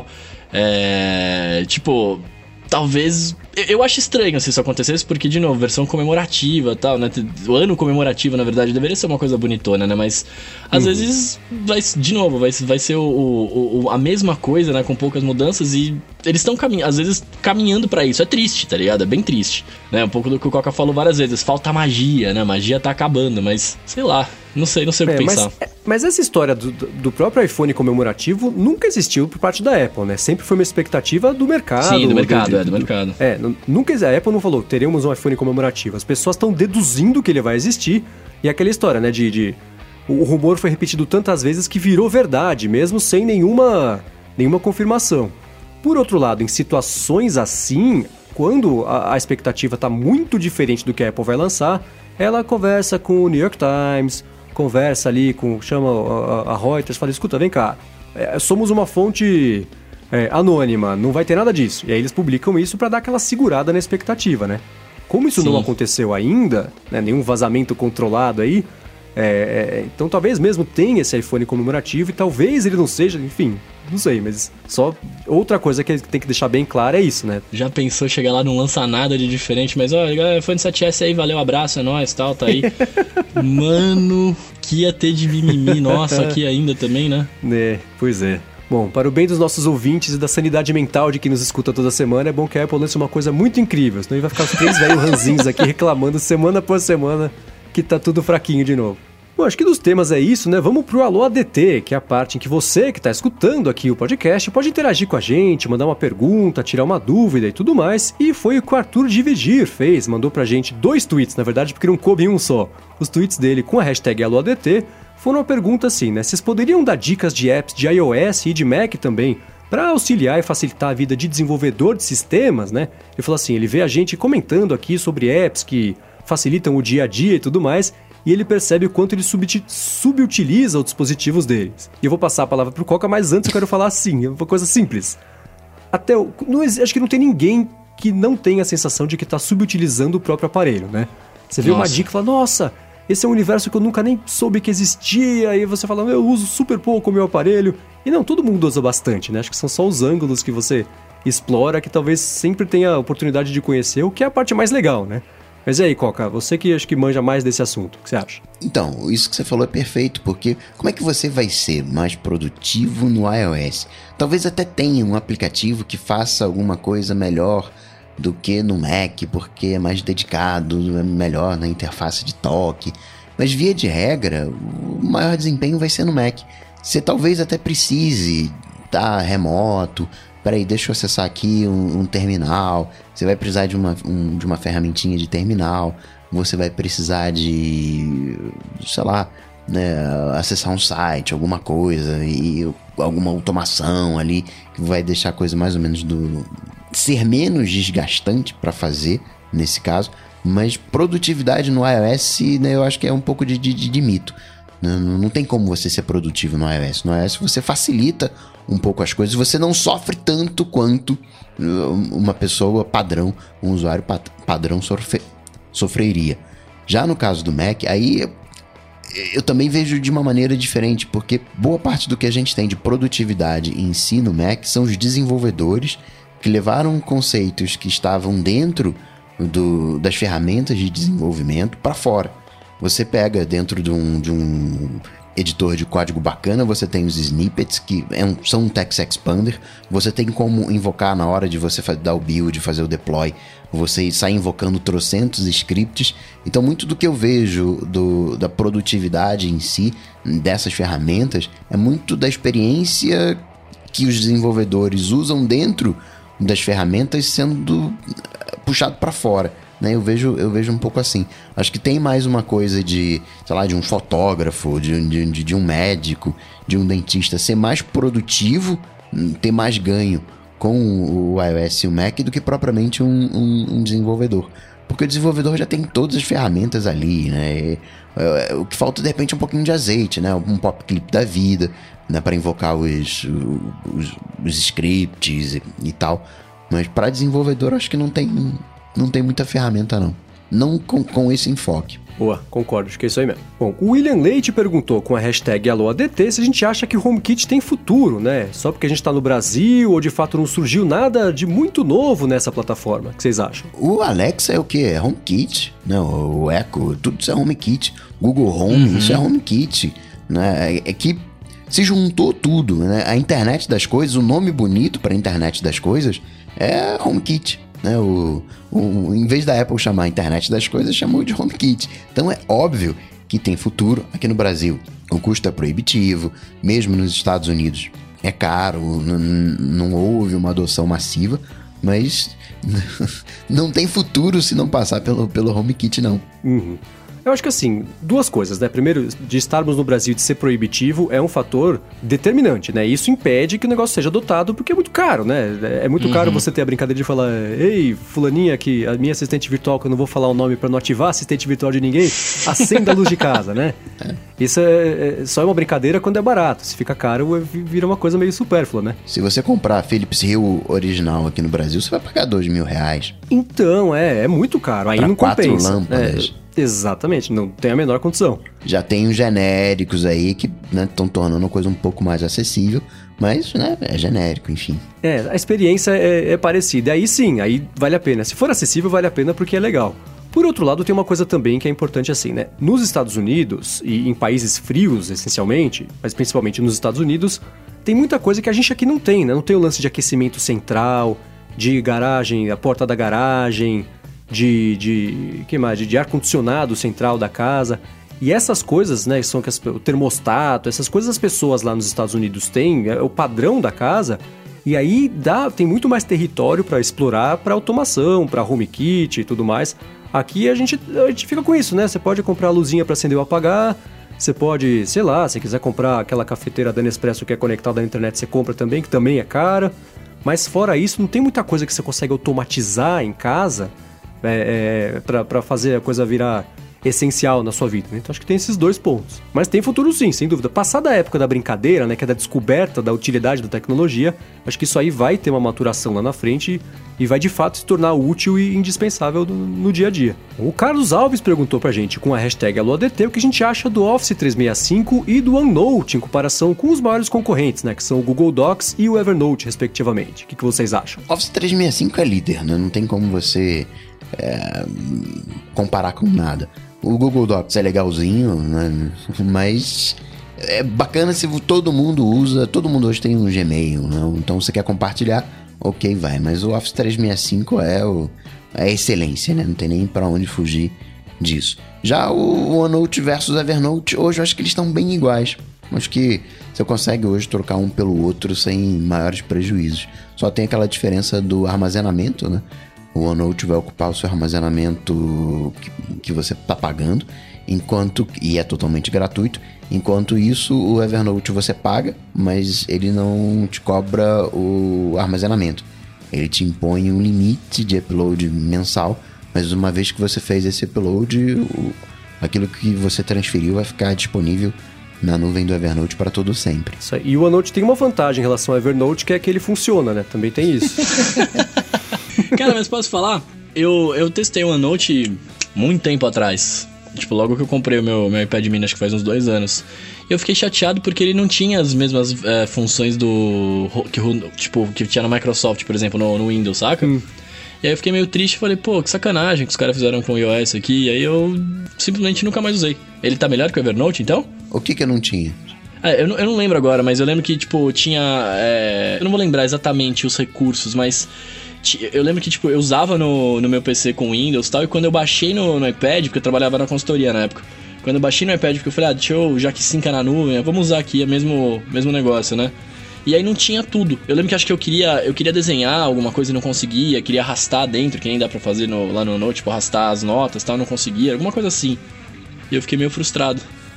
É, tipo, talvez... Eu acho estranho se isso acontecesse, porque, de novo, versão comemorativa e tal, né? O ano comemorativo, na verdade, deveria ser uma coisa bonitona, né? Mas, às uhum. vezes, vai, de novo, vai, vai ser o, o, o, a mesma coisa, né? Com poucas mudanças e eles estão, caminhando, às vezes, caminhando pra isso. É triste, tá ligado? É bem triste, né? Um pouco do que o Coca falou várias vezes. Falta magia, né? Magia tá acabando, mas, sei lá... Não sei, não sei o que é, pensar. Mas, mas essa história do, do próprio iPhone comemorativo nunca existiu por parte da Apple, né? Sempre foi uma expectativa do mercado. Sim, do mercado, do, é, do, do mercado. É, nunca a Apple não falou, teremos um iPhone comemorativo. As pessoas estão deduzindo que ele vai existir. E aquela história, né, de... de o rumor foi repetido tantas vezes que virou verdade, mesmo sem nenhuma, nenhuma confirmação. Por outro lado, em situações assim, quando a, a expectativa está muito diferente do que a Apple vai lançar, ela conversa com o New York Times... conversa ali com, chama a, a Reuters, fala, escuta, vem cá, é, somos uma fonte é, anônima, não vai ter nada disso. E aí eles publicam isso para dar aquela segurada na expectativa, né? Como isso Sim. não aconteceu ainda, né, nenhum vazamento controlado aí, é, é, então talvez mesmo tenha esse iPhone comemorativo e talvez ele não seja, enfim, não sei, mas só outra coisa que tem que deixar bem clara é isso, né? Já pensou chegar lá, não lança nada de diferente, mas olha, iPhone sete S aí, valeu, abraço, é nóis, tal, tá aí. Mano, que ia ter de mimimi, nossa, aqui ainda também, né? É, pois é. Bom, para o bem dos nossos ouvintes e da sanidade mental de quem nos escuta toda semana, é bom que a Apple lance uma coisa muito incrível, senão ele vai ficar os três velhos ranzinhos aqui reclamando semana após semana que tá tudo fraquinho de novo. Bom, acho que dos temas é isso, né? Vamos pro Alô A D T, que é a parte em que você que está escutando aqui o podcast pode interagir com a gente, mandar uma pergunta, tirar uma dúvida e tudo mais. E foi o que o Arthur Dividir fez, mandou pra gente dois tweets, na verdade, porque não coube em um só. Os tweets dele com a hashtag Alô A D T foram uma pergunta assim, né? Vocês poderiam dar dicas de apps de iOS e de Mac também, para auxiliar e facilitar a vida de desenvolvedor de sistemas, né? Ele falou assim, ele vê a gente comentando aqui sobre apps que facilitam o dia a dia e tudo mais, e ele percebe o quanto ele sub- subutiliza os dispositivos deles. E eu vou passar a palavra pro Coca, mas antes eu quero falar assim, é uma coisa simples. Até o, não, acho que não tem ninguém que não tenha a sensação de que está subutilizando o próprio aparelho, né? Você vê nossa. Uma dica e fala, nossa, esse é um universo que eu nunca nem soube que existia, e você fala, eu uso super pouco o meu aparelho. E não, todo mundo usa bastante, né? Acho que são só os ângulos que você explora que talvez sempre tenha a oportunidade de conhecer, o que é a parte mais legal, né? Mas e aí, Coca, você que acho que manja mais desse assunto, o que você acha? Então, isso que você falou é perfeito, porque como é que você vai ser mais produtivo no iOS? Talvez até tenha um aplicativo que faça alguma coisa melhor do que no Mac, porque é mais dedicado, é melhor na interface de toque. Mas via de regra, o maior desempenho vai ser no Mac. Você talvez até precise estar remoto. Peraí, deixa eu acessar aqui um, um terminal. Você vai precisar de uma, um, de uma ferramentinha de terminal. Você vai precisar de, sei lá, né, acessar um site, alguma coisa, e alguma automação ali que vai deixar a coisa mais ou menos do... ser menos desgastante para fazer, nesse caso. Mas produtividade no iOS, né, eu acho que é um pouco de, de, de mito. Não, não tem como você ser produtivo no iOS. No iOS você facilita um pouco as coisas, você não sofre tanto quanto uma pessoa padrão, um usuário padrão sofre, sofreria. Já no caso do Mac, aí eu, eu também vejo de uma maneira diferente, porque boa parte do que a gente tem de produtividade em si no Mac são os desenvolvedores que levaram conceitos que estavam dentro do, das ferramentas de desenvolvimento para fora. Você pega dentro de um, de um editor de código bacana, você tem os snippets, que é um, são um text expander, você tem como invocar na hora de você dar o build, fazer o deploy, você sai invocando trocentos scripts. Então muito do que eu vejo do, da produtividade em si, dessas ferramentas, é muito da experiência que os desenvolvedores usam dentro das ferramentas sendo puxado para fora. Né, eu, vejo, eu vejo um pouco assim. Acho que tem mais uma coisa de, sei lá, de um fotógrafo, de, de, de um médico, de um dentista ser mais produtivo, ter mais ganho com o iOS e o Mac do que propriamente um, um, um desenvolvedor. Porque o desenvolvedor já tem todas as ferramentas ali, né? É, o que falta, de repente, é um pouquinho de azeite, né? Um pop clip da vida, né? Para invocar os, os, os scripts e, e tal. Mas para desenvolvedor, acho que não tem, não tem muita ferramenta, não. Não com, com esse enfoque. Boa, concordo, acho que é isso aí mesmo. Bom, o William Leite perguntou com a hashtag AlôADT se a gente acha que o HomeKit tem futuro, né? Só porque a gente tá no Brasil ou de fato não surgiu nada de muito novo nessa plataforma. O que vocês acham? O Alexa é o quê? É HomeKit, né? O Echo, tudo isso é HomeKit. Google Home, uhum. Isso é HomeKit, né? É que se juntou tudo, né? A internet das coisas, o nome bonito para a internet das coisas é HomeKit. Né, o, o, em vez da Apple chamar a internet das coisas, chamou de HomeKit. Então é óbvio que tem futuro aqui no Brasil. O custo é proibitivo, mesmo nos Estados Unidos é caro, n- não houve uma adoção massiva, mas não tem futuro se não passar pelo, pelo HomeKit, não. Uhum. Eu acho que assim, duas coisas, né? Primeiro, de estarmos no Brasil e de ser proibitivo é um fator determinante, né? Isso impede que o negócio seja adotado porque é muito caro, né? É muito uhum. caro você ter a brincadeira de falar: ei, fulaninha aqui, a minha assistente virtual, que eu não vou falar o nome pra não ativar a assistente virtual de ninguém, acenda a luz de casa, né? É. Isso é, é, só é uma brincadeira quando é barato. Se fica caro, vira uma coisa meio supérflua, né? Se você comprar a Philips Hue original aqui no Brasil, você vai pagar dois mil reais. Então, é, é muito caro. Aí pra não quatro compensa. lâmpadas. É. Exatamente, não tem a menor condição. Já tem os genéricos aí que estão, né, tornando a coisa um pouco mais acessível, mas né, é genérico, enfim. É, a experiência é, é parecida, aí sim, aí vale a pena. Se for acessível, vale a pena porque é legal. Por outro lado, tem uma coisa também que é importante assim, né? Nos Estados Unidos, e em países frios, essencialmente, mas principalmente nos Estados Unidos, tem muita coisa que a gente aqui não tem, né? Não tem o lance de aquecimento central, de garagem, a porta da garagem... de, de, que mais? de, de ar-condicionado central da casa. E essas coisas, né, são que as, o termostato, essas coisas as pessoas lá nos Estados Unidos têm, é o padrão da casa, e aí dá, tem muito mais território para explorar para automação, para HomeKit e tudo mais. Aqui a gente, a gente fica com isso, né? Você pode comprar a luzinha para acender ou apagar, você pode, sei lá, se quiser comprar aquela cafeteira da Nespresso que é conectada à internet, você compra também, que também é cara. Mas fora isso, não tem muita coisa que você consegue automatizar em casa, É, é, pra, pra fazer a coisa virar essencial na sua vida, né? Então acho que tem esses dois pontos. Mas tem futuro sim, sem dúvida. Passada a época da brincadeira, né, que é da descoberta da utilidade da tecnologia, acho que isso aí vai ter uma maturação lá na frente e vai de fato se tornar útil e indispensável no, no dia a dia. O Carlos Alves perguntou pra gente com a hashtag AlôADT o que a gente acha do Office trezentos e sessenta e cinco e do OneNote em comparação com os maiores concorrentes, né, que são o Google Docs e o Evernote, respectivamente. O que, que vocês acham? Office trezentos e sessenta e cinco é líder, né? Não tem como você é, comparar com nada. O Google Docs é legalzinho, né? Mas é bacana se todo mundo usa. Todo mundo hoje tem um Gmail, né? Então você quer compartilhar, ok, vai. Mas o Office trezentos e sessenta e cinco é, o, é a excelência, né? Não tem nem pra onde fugir disso. Já o OneNote versus Evernote, hoje eu acho que eles estão bem iguais. Acho que você consegue hoje trocar um pelo outro sem maiores prejuízos. Só tem aquela diferença do armazenamento, né? O OneNote vai ocupar o seu armazenamento que, que você está pagando, enquanto e é totalmente gratuito. Enquanto isso, o Evernote você paga, mas ele não te cobra o armazenamento. Ele te impõe um limite de upload mensal, mas uma vez que você fez esse upload, o, aquilo que você transferiu vai ficar disponível na nuvem do Evernote para todo sempre. Isso aí. E o OneNote tem uma vantagem em relação ao Evernote, que é que ele funciona, né? Também tem isso. Cara, mas posso falar? Eu, eu testei o OneNote muito tempo atrás. Tipo, logo que eu comprei o meu, meu iPad mini, acho que faz uns dois anos. E eu fiquei chateado porque ele não tinha as mesmas é, funções do... Que, tipo, que tinha na Microsoft, por exemplo, no, no Windows, saca? Hum. E aí eu fiquei meio triste e falei, pô, que sacanagem que os caras fizeram com o iOS aqui. E aí eu simplesmente nunca mais usei. Ele tá melhor que o Evernote, então? O que que eu não tinha? É, eu, não, eu não lembro agora, mas eu lembro que, tipo, tinha... É, eu não vou lembrar exatamente os recursos, mas... Eu lembro que, tipo, eu usava no, no meu P C com Windows e tal, e quando eu baixei no, no iPad, porque eu trabalhava na consultoria na época, quando eu baixei no iPad, porque eu falei, ah, deixa eu, já que sinca na nuvem, vamos usar aqui, é mesmo mesmo negócio, né? E aí não tinha tudo. Eu lembro que acho que eu queria, eu queria desenhar alguma coisa e não conseguia, queria arrastar dentro, que nem dá pra fazer no, lá no Note, tipo, arrastar as notas e tal, não conseguia, alguma coisa assim. E eu fiquei meio frustrado.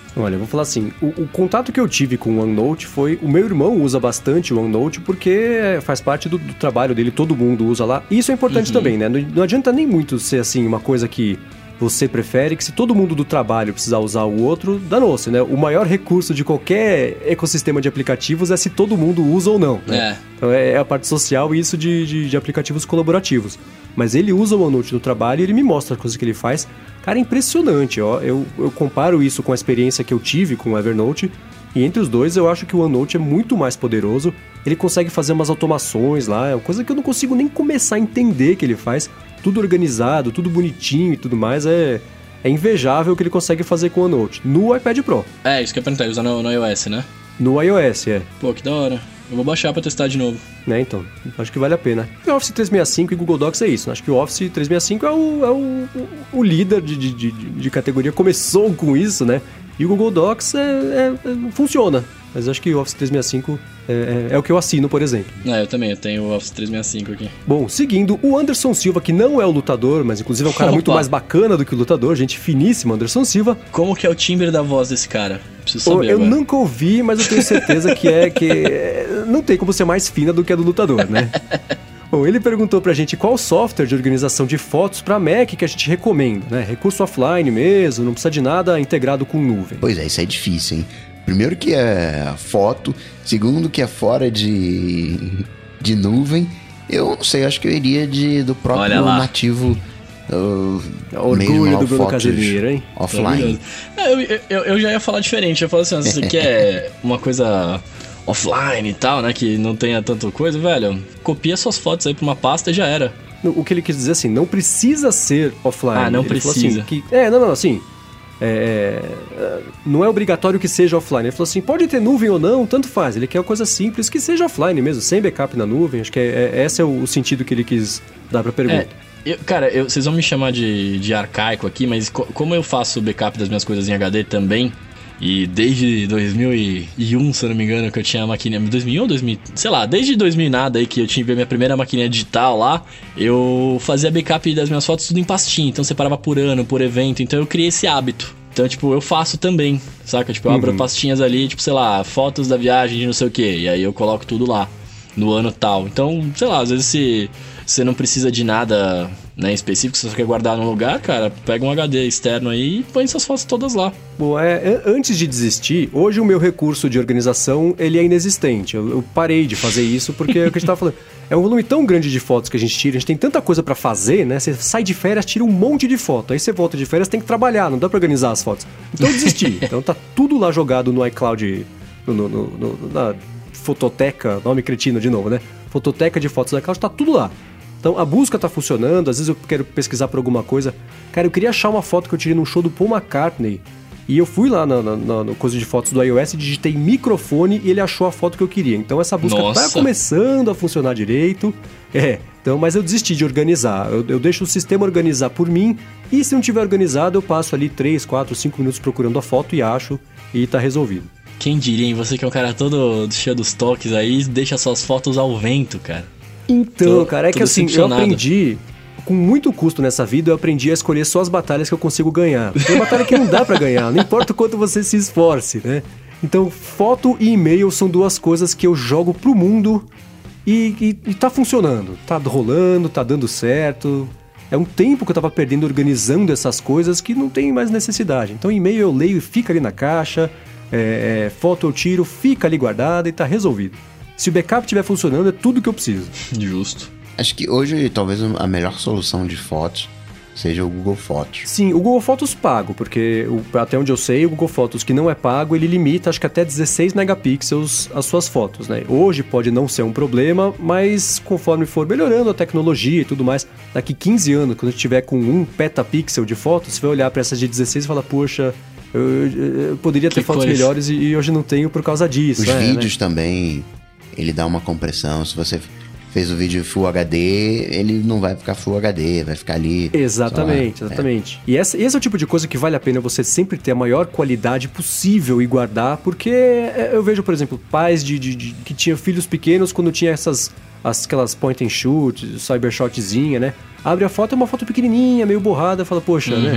Olha, eu vou falar assim, o, o contato que eu tive com o OneNote foi... O meu irmão usa bastante o OneNote porque faz parte do, do trabalho dele, todo mundo usa lá. E isso é importante uhum. também, né? Não, não adianta nem muito ser assim, uma coisa que você prefere, que se todo mundo do trabalho precisar usar o outro, danou-se, né? O maior recurso de qualquer ecossistema de aplicativos é se todo mundo usa ou não, né? É. Então é a parte social e isso de, de, de aplicativos colaborativos. Mas ele usa o OneNote no trabalho e ele me mostra as coisas que ele faz. Cara, é impressionante, ó. Eu, eu comparo isso com a experiência que eu tive com o Evernote. E entre os dois, eu acho que o OneNote é muito mais poderoso. Ele consegue fazer umas automações lá. É uma coisa que eu não consigo nem começar a entender que ele faz. Tudo organizado, tudo bonitinho e tudo mais. É, é invejável o que ele consegue fazer com o OneNote. No iPad Pro. É, isso que eu perguntei. Usa no, no iOS, né? No iOS, é. Pô, que da hora. Eu vou baixar pra testar de novo. Né, então. Acho que vale a pena. O Office trezentos e sessenta e cinco e Google Docs é isso. Acho que o Office trezentos e sessenta e cinco é o, é o, o líder de, de, de, de categoria. Começou com isso, né? E o Google Docs é, é, é, funciona. Mas acho que o Office trezentos e sessenta e cinco é, é, é o que eu assino, por exemplo. É, eu também. Eu tenho o Office trezentos e sessenta e cinco aqui. Bom, seguindo, o Anderson Silva, que não é o lutador, mas inclusive é um cara Opa. muito mais bacana do que o lutador. Gente finíssima, Anderson Silva. Como que é o timbre da voz desse cara? Preciso saber Eu agora. nunca ouvi, mas eu tenho certeza que é que... Não tem como ser mais fina do que a do lutador, né? Bom, ele perguntou pra gente qual software de organização de fotos pra Mac que a gente recomenda, né? Recurso offline mesmo, não precisa de nada integrado com nuvem. Pois é, isso é difícil, hein? Primeiro que é foto, segundo que é fora de, de nuvem. Eu não sei, acho que eu iria de, do próprio nativo... Uh, Orgulho do Bruno Casemiro, hein? Offline. É, eu, eu, eu já ia falar diferente. Eu ia falar assim, se você quer uma coisa offline e tal, né? Que não tenha tanta coisa, velho, copia suas fotos aí pra uma pasta e já era. O que ele quis dizer assim, não precisa ser offline. Ah, não ele precisa. Assim, que, é, não, não, assim... É, não é obrigatório que seja offline. Ele falou assim, pode ter nuvem ou não, tanto faz. Ele quer uma coisa simples, que seja offline mesmo, sem backup na nuvem. Acho que é, é, esse é o, o sentido que ele quis dar pra pergunta. É. Eu, cara, eu, vocês vão me chamar de, de arcaico aqui, mas co- como eu faço backup das minhas coisas em H D também, e desde dois mil e um, se eu não me engano, que eu tinha a maquininha... dois mil e um ou dois mil? Sei lá, desde dois mil e nada aí que eu tive a minha primeira maquininha digital lá, eu fazia backup das minhas fotos tudo em pastinha, então separava por ano, por evento, então eu criei esse hábito. Então, tipo, eu faço também, saca? Tipo, eu abro uhum. pastinhas ali, tipo, sei lá, fotos da viagem de não sei o quê, e aí eu coloco tudo lá, no ano tal. Então, sei lá, às vezes se você não precisa de nada, né, específico, se você quer guardar num lugar, cara, pega um H D externo aí e põe essas fotos todas lá. Bom, é, antes de desistir, hoje o meu recurso de organização, ele é inexistente. Eu, eu parei de fazer isso porque é o que a gente tava falando. É um volume tão grande de fotos que a gente tira, a gente tem tanta coisa pra fazer, né? Você sai de férias, tira um monte de foto. Aí você volta de férias, tem que trabalhar, não dá pra organizar as fotos. Então eu desisti. Então tá tudo lá jogado no iCloud, no, no, no, no, na fototeca, nome cretino de novo, né? Fototeca de fotos do iCloud, tá tudo lá. Então a busca tá funcionando, às vezes eu quero pesquisar por alguma coisa. Cara, eu queria achar uma foto que eu tirei num show do Paul McCartney. E eu fui lá na, na, na, na coisa de fotos do iOS, digitei microfone e ele achou a foto que eu queria. Então essa busca Nossa. tá começando a funcionar direito. É, então, mas eu desisti de organizar. Eu, eu deixo o sistema organizar por mim. E se não tiver organizado, eu passo ali três, quatro, cinco minutos procurando a foto e acho. E tá resolvido. Quem diria, hein? Você que é um cara todo cheio dos toques aí, deixa suas fotos ao vento, cara. Então, tô, cara, é que assim, eu aprendi... Com muito custo nessa vida, eu aprendi a escolher só as batalhas que eu consigo ganhar. Tem batalha que não dá pra ganhar, não importa o quanto você se esforce, né? Então, foto e e-mail são duas coisas que eu jogo pro mundo e, e, e tá funcionando. Tá rolando, tá dando certo. É um tempo que eu tava perdendo organizando essas coisas que não tem mais necessidade. Então, e-mail eu leio e fica ali na caixa, é, é, foto eu tiro, fica ali guardada e tá resolvido. Se o backup estiver funcionando, é tudo que eu preciso. Justo. Acho que hoje talvez a melhor solução de fotos seja o Google Fotos. Sim, o Google Fotos pago, porque o, até onde eu sei, o Google Fotos que não é pago, ele limita acho que até dezesseis megapixels as suas fotos, né? Hoje pode não ser um problema, mas conforme for melhorando a tecnologia e tudo mais, daqui quinze anos, quando a gente tiver com um petapixel de fotos, você vai olhar para essas de dezesseis e falar, poxa, eu, eu poderia ter que fotos coisa. melhores e, e hoje não tenho por causa disso. Os é, vídeos né? também, ele dá uma compressão, se você... fez o vídeo Full H D, ele não vai ficar Full H D, vai ficar ali... Exatamente, exatamente. É. E essa, esse é o tipo de coisa que vale a pena você sempre ter a maior qualidade possível e guardar, porque eu vejo, por exemplo, pais de, de, de, que tinham filhos pequenos quando tinha essas... As, aquelas point and shoot, cybershotzinha, né? Abre a foto, é uma foto pequenininha, meio borrada, fala, poxa, uhum. né?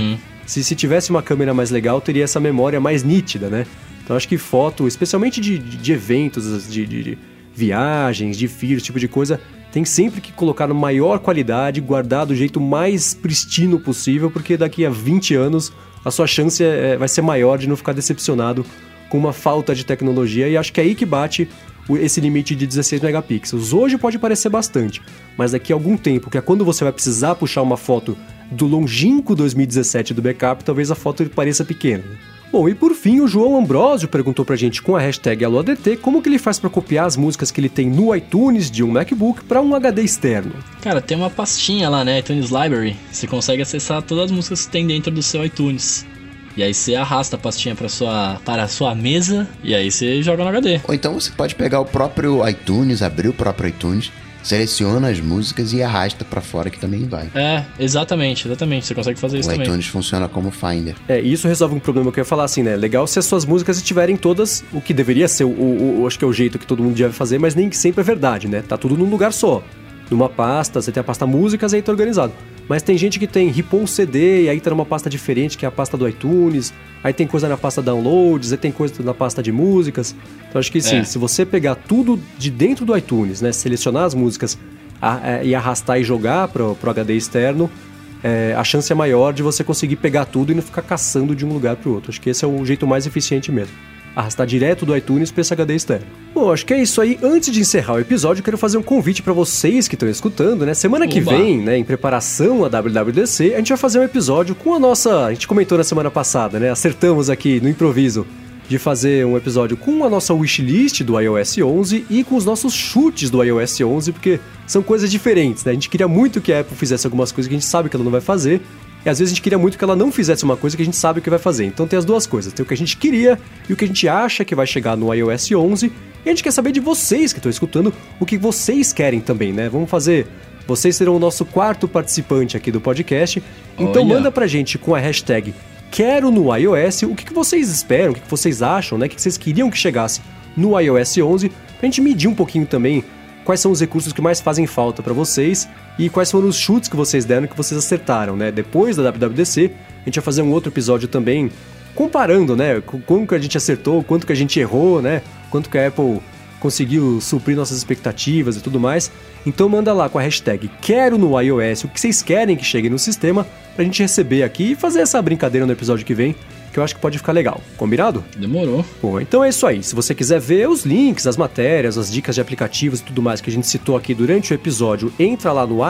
se, se tivesse uma câmera mais legal, teria essa memória mais nítida, né? Então acho que foto, especialmente de, de, de eventos, de, de, de viagens, de filhos, tipo de coisa, tem sempre que colocar na maior qualidade, guardar do jeito mais pristino possível, porque daqui a vinte anos a sua chance é, vai ser maior de não ficar decepcionado com uma falta de tecnologia, e acho que é aí que bate esse limite de dezesseis megapixels. Hoje pode parecer bastante, mas daqui a algum tempo, que é quando você vai precisar puxar uma foto do longínquo dois mil e dezessete do backup, talvez a foto pareça pequena. Bom, e por fim, o João Ambrosio perguntou pra gente com a hashtag AloADT como que ele faz pra copiar as músicas que ele tem no iTunes de um MacBook pra um H D externo. Cara, tem uma pastinha lá, né, iTunes Library. Você consegue acessar todas as músicas que tem dentro do seu iTunes. E aí você arrasta a pastinha pra sua, para a sua mesa e aí você joga no H D. Ou então você pode pegar o próprio iTunes, abrir o próprio iTunes, seleciona as músicas e arrasta pra fora, que também vai. É, exatamente, exatamente. Você consegue fazer isso o também. O iTunes funciona como Finder. É, e isso resolve um problema que eu ia falar assim, né? Legal se as suas músicas estiverem todas, o que deveria ser, o, o, o, acho que é o jeito que todo mundo deve fazer, mas nem sempre é verdade, né? Tá tudo num lugar só. Numa pasta, você tem a pasta músicas e aí tá organizado. Mas tem gente que tem ripou um C D e aí tá numa pasta diferente, que é a pasta do iTunes. Aí tem coisa na pasta downloads, aí tem coisa na pasta de músicas. Então acho que sim, é. Se você pegar tudo de dentro do iTunes, né? Selecionar as músicas a, a, e arrastar e jogar pro, pro H D externo, é, a chance é maior de você conseguir pegar tudo e não ficar caçando de um lugar pro outro. Acho que esse é o jeito mais eficiente mesmo. Arrastar direto do iTunes para esse H D externo. Bom, acho que é isso aí. Antes de encerrar o episódio, eu quero fazer um convite para vocês que estão escutando, né? Semana que Oba. vem, né, em preparação à W W D C, a gente vai fazer um episódio com a nossa... A gente comentou na semana passada, né? Acertamos aqui no improviso de fazer um episódio com a nossa wishlist do iOS onze e com os nossos chutes do iOS onze, porque são coisas diferentes, né? A gente queria muito que a Apple fizesse algumas coisas que a gente sabe que ela não vai fazer, e às vezes a gente queria muito que ela não fizesse uma coisa que a gente sabe que vai fazer. Então tem as duas coisas, tem o que a gente queria e o que a gente acha que vai chegar no iOS onze, e a gente quer saber de vocês que estão escutando o que vocês querem também, né? Vamos fazer... Vocês serão o nosso quarto participante aqui do podcast, então Olha. Manda pra gente com a hashtag Quero no iOS o que vocês esperam, o que vocês acham, né? O que vocês queriam que chegasse no iOS onze, pra gente medir um pouquinho também quais são os recursos que mais fazem falta para vocês e quais foram os chutes que vocês deram que vocês acertaram, né? Depois da W W D C, a gente vai fazer um outro episódio também comparando, né? Quanto que a gente acertou, quanto que a gente errou, né? Quanto que a Apple conseguiu suprir nossas expectativas e tudo mais. Então manda lá com a hashtag Quero no iOS o que vocês querem que chegue no sistema pra gente receber aqui e fazer essa brincadeira no episódio que vem, que eu acho que pode ficar legal. Combinado? Demorou. Bom, então é isso aí. Se você quiser ver os links, as matérias, as dicas de aplicativos e tudo mais que a gente citou aqui durante o episódio, entra lá no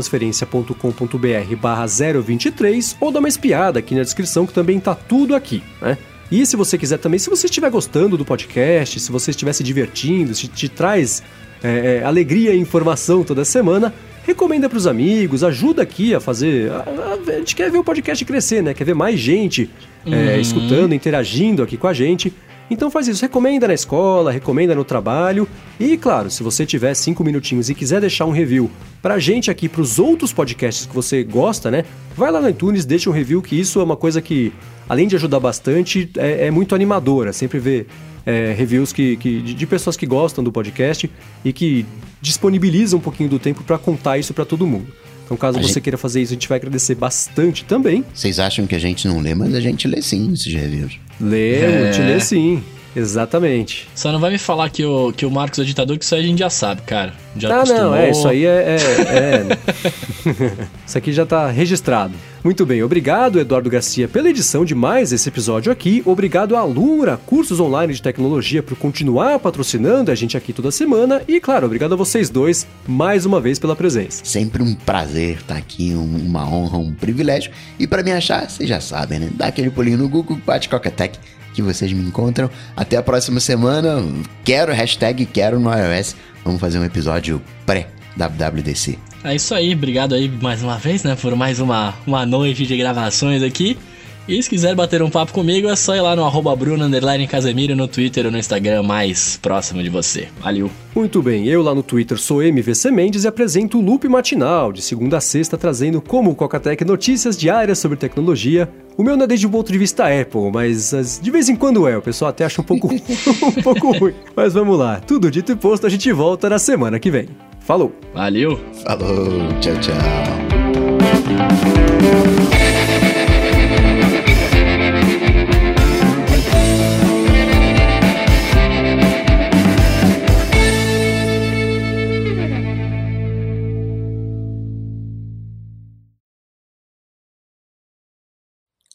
areadetransferencia.com.br barra zero vinte e três ou dá uma espiada aqui na descrição que também tá tudo aqui, né? E se você quiser também, se você estiver gostando do podcast, se você estiver se divertindo, se te traz é, é, alegria e informação toda semana, recomenda para os amigos, ajuda aqui a fazer... A, a, a gente quer ver o podcast crescer, né? Quer ver mais gente uhum. é, escutando, interagindo aqui com a gente. Então faz isso, recomenda na escola, recomenda no trabalho. E claro, se você tiver cinco minutinhos e quiser deixar um review pra gente aqui, pros outros podcasts que você gosta, né? Vai lá no iTunes, deixa um review, que isso é uma coisa que, além de ajudar bastante, é, é muito animadora. Sempre ver é, reviews que, que, de, de pessoas que gostam do podcast e que disponibilizam um pouquinho do tempo pra contar isso pra todo mundo. Então, caso a você gente... queira fazer isso, a gente vai agradecer bastante também. Vocês acham que a gente não lê, mas a gente lê sim esses reviews. Lê, é. te lê sim. Exatamente. Só não vai me falar que o, que o Marcos é ditador, que isso aí a gente já sabe, cara. Já ah, acostumou. não, é, isso aí é... é, é... Isso aqui já tá registrado. Muito bem, obrigado, Eduardo Garcia, pela edição de mais esse episódio aqui. Obrigado à Lura, cursos online de tecnologia, por continuar patrocinando a gente aqui toda semana. E, claro, obrigado a vocês dois, mais uma vez, pela presença. Sempre um prazer estar aqui, um, uma honra, um privilégio. E para me achar, vocês já sabem, né? Dá aquele pulinho no Google, bate Coca-Tech, que vocês me encontram. Até a próxima semana. Quero, hashtag quero no iOS. Vamos fazer um episódio pré-W W D C. É isso aí, obrigado aí mais uma vez, né, por mais uma, uma noite de gravações aqui. E se quiser bater um papo comigo, é só ir lá no arroba Bruno underline Casemiro no Twitter ou no Instagram mais próximo de você. Valeu! Muito bem, eu lá no Twitter sou M V C Mendes e apresento o Loop Matinal, de segunda a sexta, trazendo como o Coca-Tech notícias diárias sobre tecnologia. O meu não é desde o ponto de vista Apple, mas de vez em quando é, o pessoal até acha um pouco, um pouco ruim. Mas vamos lá, tudo dito e posto, a gente volta na semana que vem. Falou! Valeu! Falou! Tchau, tchau!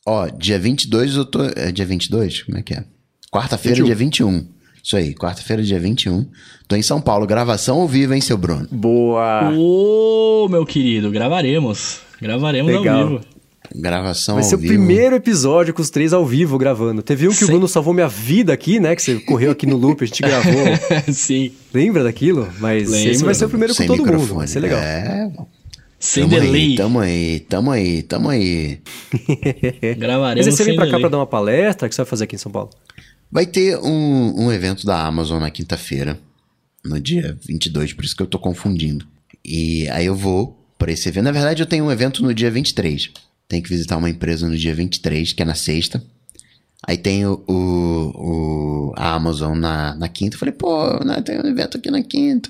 Ó, dia vinte e dois eu tô... É dia vinte e dois? Como é que é? Quarta-feira, dia vinte e um. Isso aí, quarta-feira, dia vinte e um. Tô em São Paulo, gravação ao vivo, hein, seu Bruno? Boa! Ô, meu querido, gravaremos. Gravaremos Legal. ao vivo. Gravação Vai ao ser o vivo. primeiro episódio com os três ao vivo gravando. Teve um que Sim. o Bruno salvou minha vida aqui, né? Que você correu aqui no loop, a gente gravou. Sim. Lembra daquilo? Mas Lembro. esse vai ser o primeiro com Sem todo microfone. mundo. Vai ser legal. É, Sem tamo delay. aí, tamo aí, tamo aí, tamo aí. Gravaremos Mas aí você vem sem pra cá delay. pra dar uma palestra, o que você vai fazer aqui em São Paulo? Vai ter um, um evento da Amazon na quinta-feira, no dia vinte e dois, por isso que eu tô confundindo. E aí eu vou pra esse evento. Na verdade, eu tenho um evento no dia vinte e três. Tenho que visitar uma empresa no dia vinte e três, que é na sexta. Aí tem o, o, o- a Amazon na, na quinta. Eu falei, pô, né, tem um evento aqui na quinta.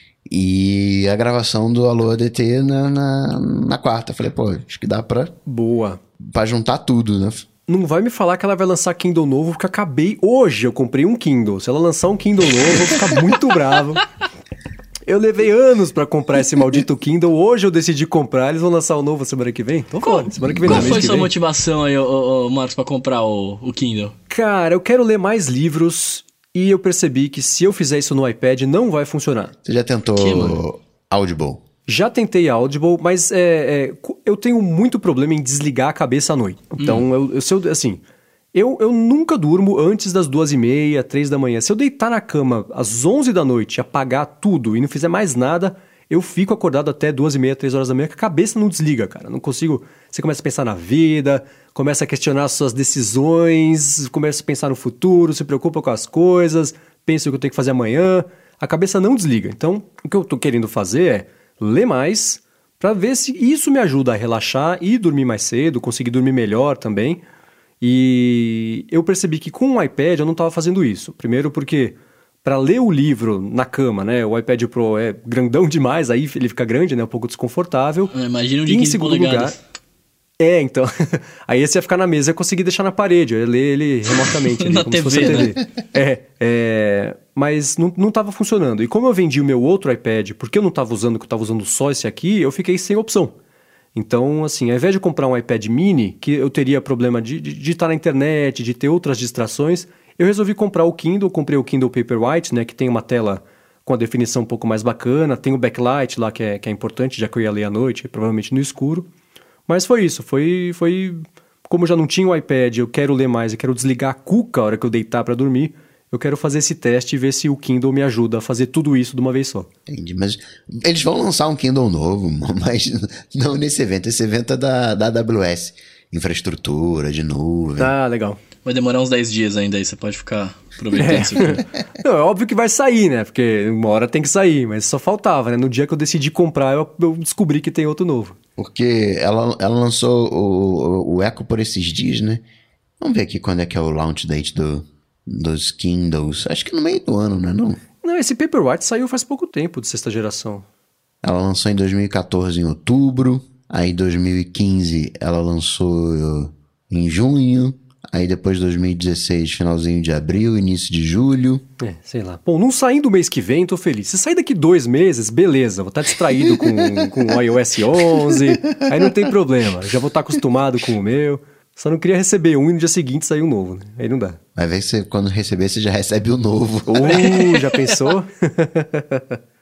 E a gravação do Alô A D T na, na, na quarta. Eu falei, pô, acho que dá pra, Boa. pra juntar tudo, né? Não vai me falar que ela vai lançar Kindle novo, porque eu acabei... Hoje eu comprei um Kindle. Se ela lançar um Kindle novo, eu vou ficar muito bravo. Eu levei anos pra comprar esse maldito Kindle. Hoje eu decidi comprar. Eles vão lançar o novo semana que vem? Tô falando, semana que vem Qual não, mês foi que sua vem. motivação aí, ô, ô, ô, Marcos, pra comprar o, o Kindle? Cara, eu quero ler mais livros e eu percebi que se eu fizer isso no iPad não vai funcionar. Você já tentou Que, mano? Audible? Já tentei Audible, mas é, é, cu- eu tenho muito problema em desligar a cabeça à noite. Então, eu, eu, se eu, assim, eu, eu nunca durmo antes das duas e meia, três da manhã. Se eu deitar na cama às onze da noite, apagar tudo e não fizer mais nada, eu fico acordado até duas e meia, três horas da manhã, que a cabeça não desliga, cara. Não consigo... Você começa a pensar na vida, começa a questionar as suas decisões, começa a pensar no futuro, se preocupa com as coisas, pensa o que eu tenho que fazer amanhã. A cabeça não desliga. Então, o que eu tô querendo fazer é ler mais pra ver se isso me ajuda a relaxar e dormir mais cedo, conseguir dormir melhor também. E eu percebi que com o iPad eu não estava fazendo isso. Primeiro porque para ler o livro na cama, né, o iPad Pro é grandão demais, aí ele fica grande, né, um pouco desconfortável. Imagina um de E em quinze segundo polegadas. lugar, é, então, aí esse ia ficar na mesa, eu consegui deixar na parede, eu ia ler ele remotamente, ali, Na como se T V, fosse a T V. né? É, é, mas não, não tava funcionando. E como eu vendi o meu outro iPad, porque eu não tava usando, que eu tava usando só esse aqui, eu fiquei sem opção. Então, assim, ao invés de comprar um iPad mini, que eu teria problema de, de, de estar na internet, de ter outras distrações, eu resolvi comprar o Kindle, comprei o Kindle Paperwhite, né, que tem uma tela com a definição um pouco mais bacana, tem o backlight lá, que é, que é importante, já que eu ia ler à noite, provavelmente no escuro. Mas foi isso, foi, foi... Como eu já não tinha o iPad, eu quero ler mais, eu quero desligar a cuca a hora que eu deitar para dormir, eu quero fazer esse teste e ver se o Kindle me ajuda a fazer tudo isso de uma vez só. Entendi, mas eles vão lançar um Kindle novo, mas não nesse evento. Esse evento é da, da A W S. Infraestrutura, de nuvem. Ah, legal. Vai demorar uns dez dias ainda aí, você pode ficar aproveitando isso aqui. Não, é óbvio que vai sair, né? Porque uma hora tem que sair, mas só faltava, né? No dia que eu decidi comprar, eu, eu descobri que tem outro novo. Porque ela, ela lançou o, o Echo por esses dias, né? Vamos ver aqui quando é que é o launch date do, dos Kindles. Acho que no meio do ano, né? Não. Não, esse Paperwhite saiu faz pouco tempo, de sexta geração. Ela lançou em dois mil e quatorze, em outubro. Aí, em dois mil e quinze, ela lançou em junho. Aí, depois, dois mil e dezesseis, finalzinho de abril, início de julho. É, sei lá. Bom, não saindo mês que vem, tô feliz. Se sair daqui dois meses, beleza. Vou estar distraído com, com o iOS onze. Aí não tem problema. Já vou estar acostumado com o meu. Só não queria receber um e no dia seguinte sair um novo, né? Aí não dá. Vai ver que você, quando receber, você já recebe o novo. Uh, já pensou?